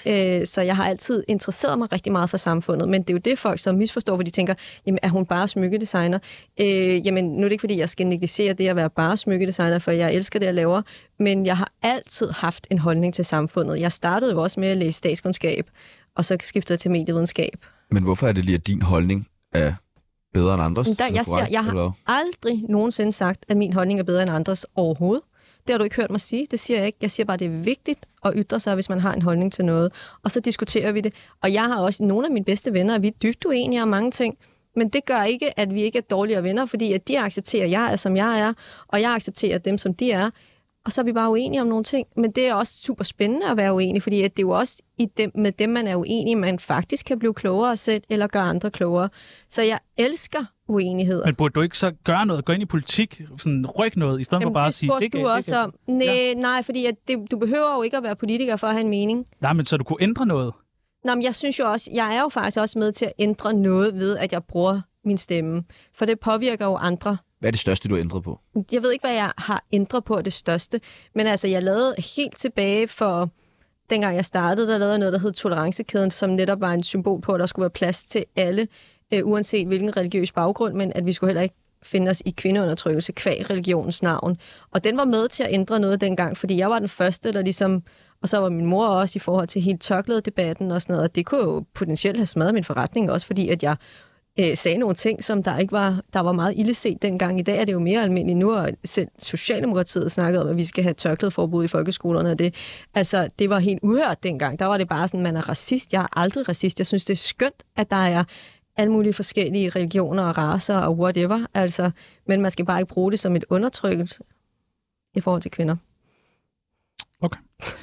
Så jeg har altid interesseret mig rigtig meget for samfundet, men det er jo det, folk så misforstår, hvor de tænker, jamen er hun bare smykkedesigner? Jamen nu er det ikke, fordi jeg skal negligere det at være bare smykkedesigner, for jeg elsker det, jeg laver, men jeg har altid haft en holdning til samfundet. Jeg startede jo også med at læse statskundskab, og så skiftede jeg til medievidenskab.
Men hvorfor er det lige, at din holdning er bedre end andres?
Jeg har aldrig nogensinde sagt, at min holdning er bedre end andres overhovedet. Det har du ikke hørt mig sige. Det siger jeg ikke. Jeg siger bare, at det er vigtigt at ytre sig, hvis man har en holdning til noget. Og så diskuterer vi det. Og jeg har også nogle af mine bedste venner, og vi er dybt uenige om mange ting. Men det gør ikke, at vi ikke er dårligere venner, fordi at de accepterer, at jeg er, som jeg er, og jeg accepterer dem, som de er. Og så er vi bare uenige om nogle ting. Men det er også super spændende at være uenig, fordi at det er jo også med dem, man er uenig, man faktisk kan blive klogere selv, eller gøre andre klogere. Så jeg elsker uenigheder.
Men burde du ikke så gøre noget, gå ind i politik, sådan rykke noget, i stedet for bare at sige...
Det du også om. Nej, fordi at du behøver jo ikke at være politiker for at have en mening.
Nej, men så du kunne ændre noget?
Nå, men jeg synes jo også, jeg er jo faktisk også med til at ændre noget ved, at jeg bruger min stemme. For det påvirker jo andre.
Hvad er det største, du har ændret på?
Jeg ved ikke, hvad jeg har ændret på det største. Men altså, jeg lavede helt tilbage for... Dengang jeg startede, der lavede jeg noget, der hed Tolerancekæden, som netop var en symbol på, at der skulle være plads til alle, uanset hvilken religiøs baggrund, men at vi skulle heller ikke finde os i kvindeundertrykkelse kvæg religionens navn. Og den var med til at ændre noget dengang, fordi jeg var den første, der ligesom... Og så var min mor også i forhold til helt tørklædedebatten og sådan noget, og det kunne jo potentielt have smadret min forretning også, fordi at jeg sagde nogle ting, som der var meget illeset dengang. I dag er det jo mere almindeligt nu, og selv Socialdemokratiet snakkede om, at vi skal have tørklædeforbud i folkeskolerne, og det var helt uhørt dengang. Der var det bare sådan, man er racist. Jeg er aldrig racist. Jeg synes, det er skønt, at der er alle mulige forskellige religioner og racer og whatever, altså, men man skal bare ikke bruge det som et undertrykkelse i forhold til kvinder.
Okay.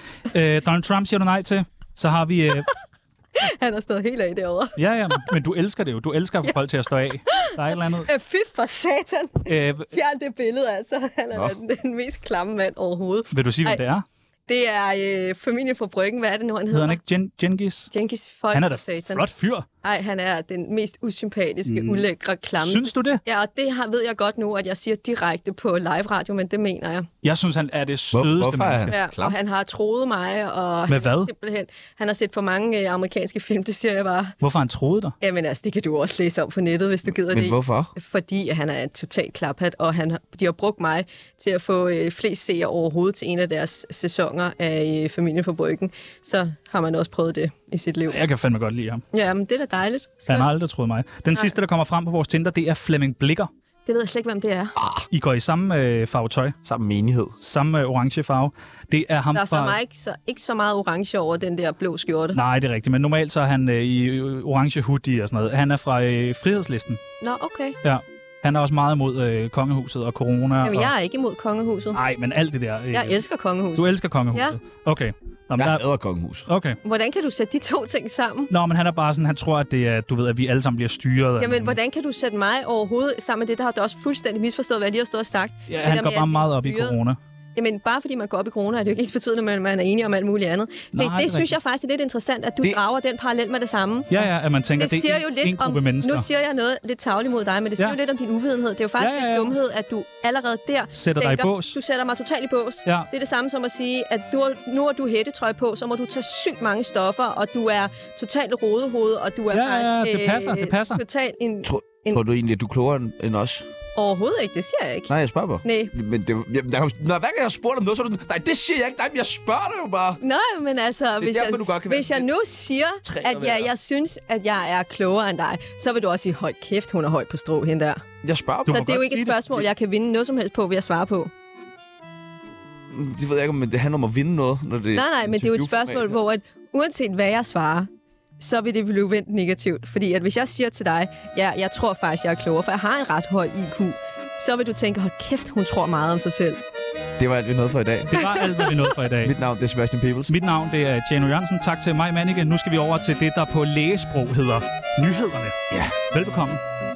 Donald Trump siger du nej til, så har vi...
Han har stået helt af derovre.
Ja, men du elsker det jo. Du elsker at få folk til at stå af. Der er et eller andet...
Fy for satan! Fjern det billede, altså. Han er den mest klamme mand overhovedet.
Vil du sige, hvad det er?
Det er familien fra Bryggen. Hvad er det nu, han hedder?
Han ikke Genghis?
Genghis,
han er da flot fyr.
Nej, han er den mest usympatiske, ulækre, klamme.
Synes du det?
Ja, og det ved jeg godt nu, at jeg siger direkte på live radio, men det mener jeg.
Jeg synes, han er det sødeste menneske.
Ja, og han har troet mig. Og
med hvad?
Simpelthen, han har set for mange amerikanske film, det siger jeg bare.
Hvorfor han troede dig?
Jamen altså, det kan du også læse om på nettet, hvis du gider det.
Men hvorfor?
Fordi han er en total klaphat, og de har brugt mig til at få flest seere overhovedet til en af deres sæsoner af familien fra Bryggen. Så har man også prøvet det i sit liv.
Jeg kan fandme godt lide ham.
Ja, men det er da dejligt.
Han har aldrig troet mig. Den sidste, der kommer frem på vores Tinder, det er Flemming Blikker.
Det ved jeg slet ikke, hvem det er.
I går i samme farve tøj.
Samme menighed.
Samme orange farve. Det er ham
der er så ikke så meget orange over den der blå skjorte.
Nej, det er rigtigt. Men normalt så er han i orange hoodie og sådan noget. Han er fra Frihedslisten.
Nå, okay.
Ja. Han er også meget imod kongehuset og corona.
Jamen, jeg er ikke imod kongehuset.
Nej, men alt det der...
Jeg elsker kongehuset.
Du elsker kongehuset? Ja. Okay.
Jeg hader kongehus.
Okay.
Hvordan kan du sætte de to ting sammen?
Nå, men han er bare sådan, han tror, at det er, du ved, at vi alle sammen bliver styret.
Jamen, hvordan kan du sætte mig overhovedet sammen med det, der har du også fuldstændig misforstået, hvad jeg lige har stået og sagt?
Ja, han går bare meget op i corona.
Jamen, bare fordi man går op i corona, er det jo ikke betydende, at man er enige om alt muligt andet. Det synes jeg faktisk er lidt interessant, at du drager den parallel med det samme.
Ja, at man tænker, det er en gruppe mennesker.
Nu siger jeg noget lidt tarveligt mod dig, men det siger jo lidt om din uvidenhed. Det er jo faktisk lidt dumhed, at du allerede der
sætter dig i bås.
Du sætter mig totalt i bås. Ja. Det er det samme som at sige, at nu har du hættetrøje på, så må du tage sygt mange stoffer, og du er totalt rodehoved, og du er faktisk...
det passer.
Totalt
Tror du egentlig, at du er klogere end os?
Overhovedet ikke, det siger jeg ikke.
Nej, jeg spørger bare.
Nej.
Men det, hver gang jeg har spurgt om noget, så er du sådan, nej, det siger jeg ikke. Nej, men jeg spørger dig jo bare.
Nej, men altså, hvis jeg nu siger, at jeg synes, at jeg er klogere end dig, så vil du også sige, hold kæft, hun er højt på strå, hende der.
Jeg spørger
så det er jo ikke et spørgsmål, jeg kan vinde noget som helst på ved at svare på.
Det ved jeg ikke, men det handler om at vinde noget. Når det
nej, men det er jo et spørgsmål, hvor at uanset hvad jeg svarer, så vil det blive vendt negativt. Fordi at hvis jeg siger til dig, ja, jeg tror faktisk, jeg er klogere, for jeg har en ret høj IQ, så vil du tænke, hold kæft, hun tror meget om sig selv.
Det var alt, vi nåede for i dag.
Det var alt, hvad vi nåede for i dag.
Mit navn det er Sebastian Peebles.
Mit navn det er Tjano Jørgensen. Tak til mig, Manike. Nu skal vi over til det, der på lægesprog hedder nyhederne.
Ja.
Velbekomme.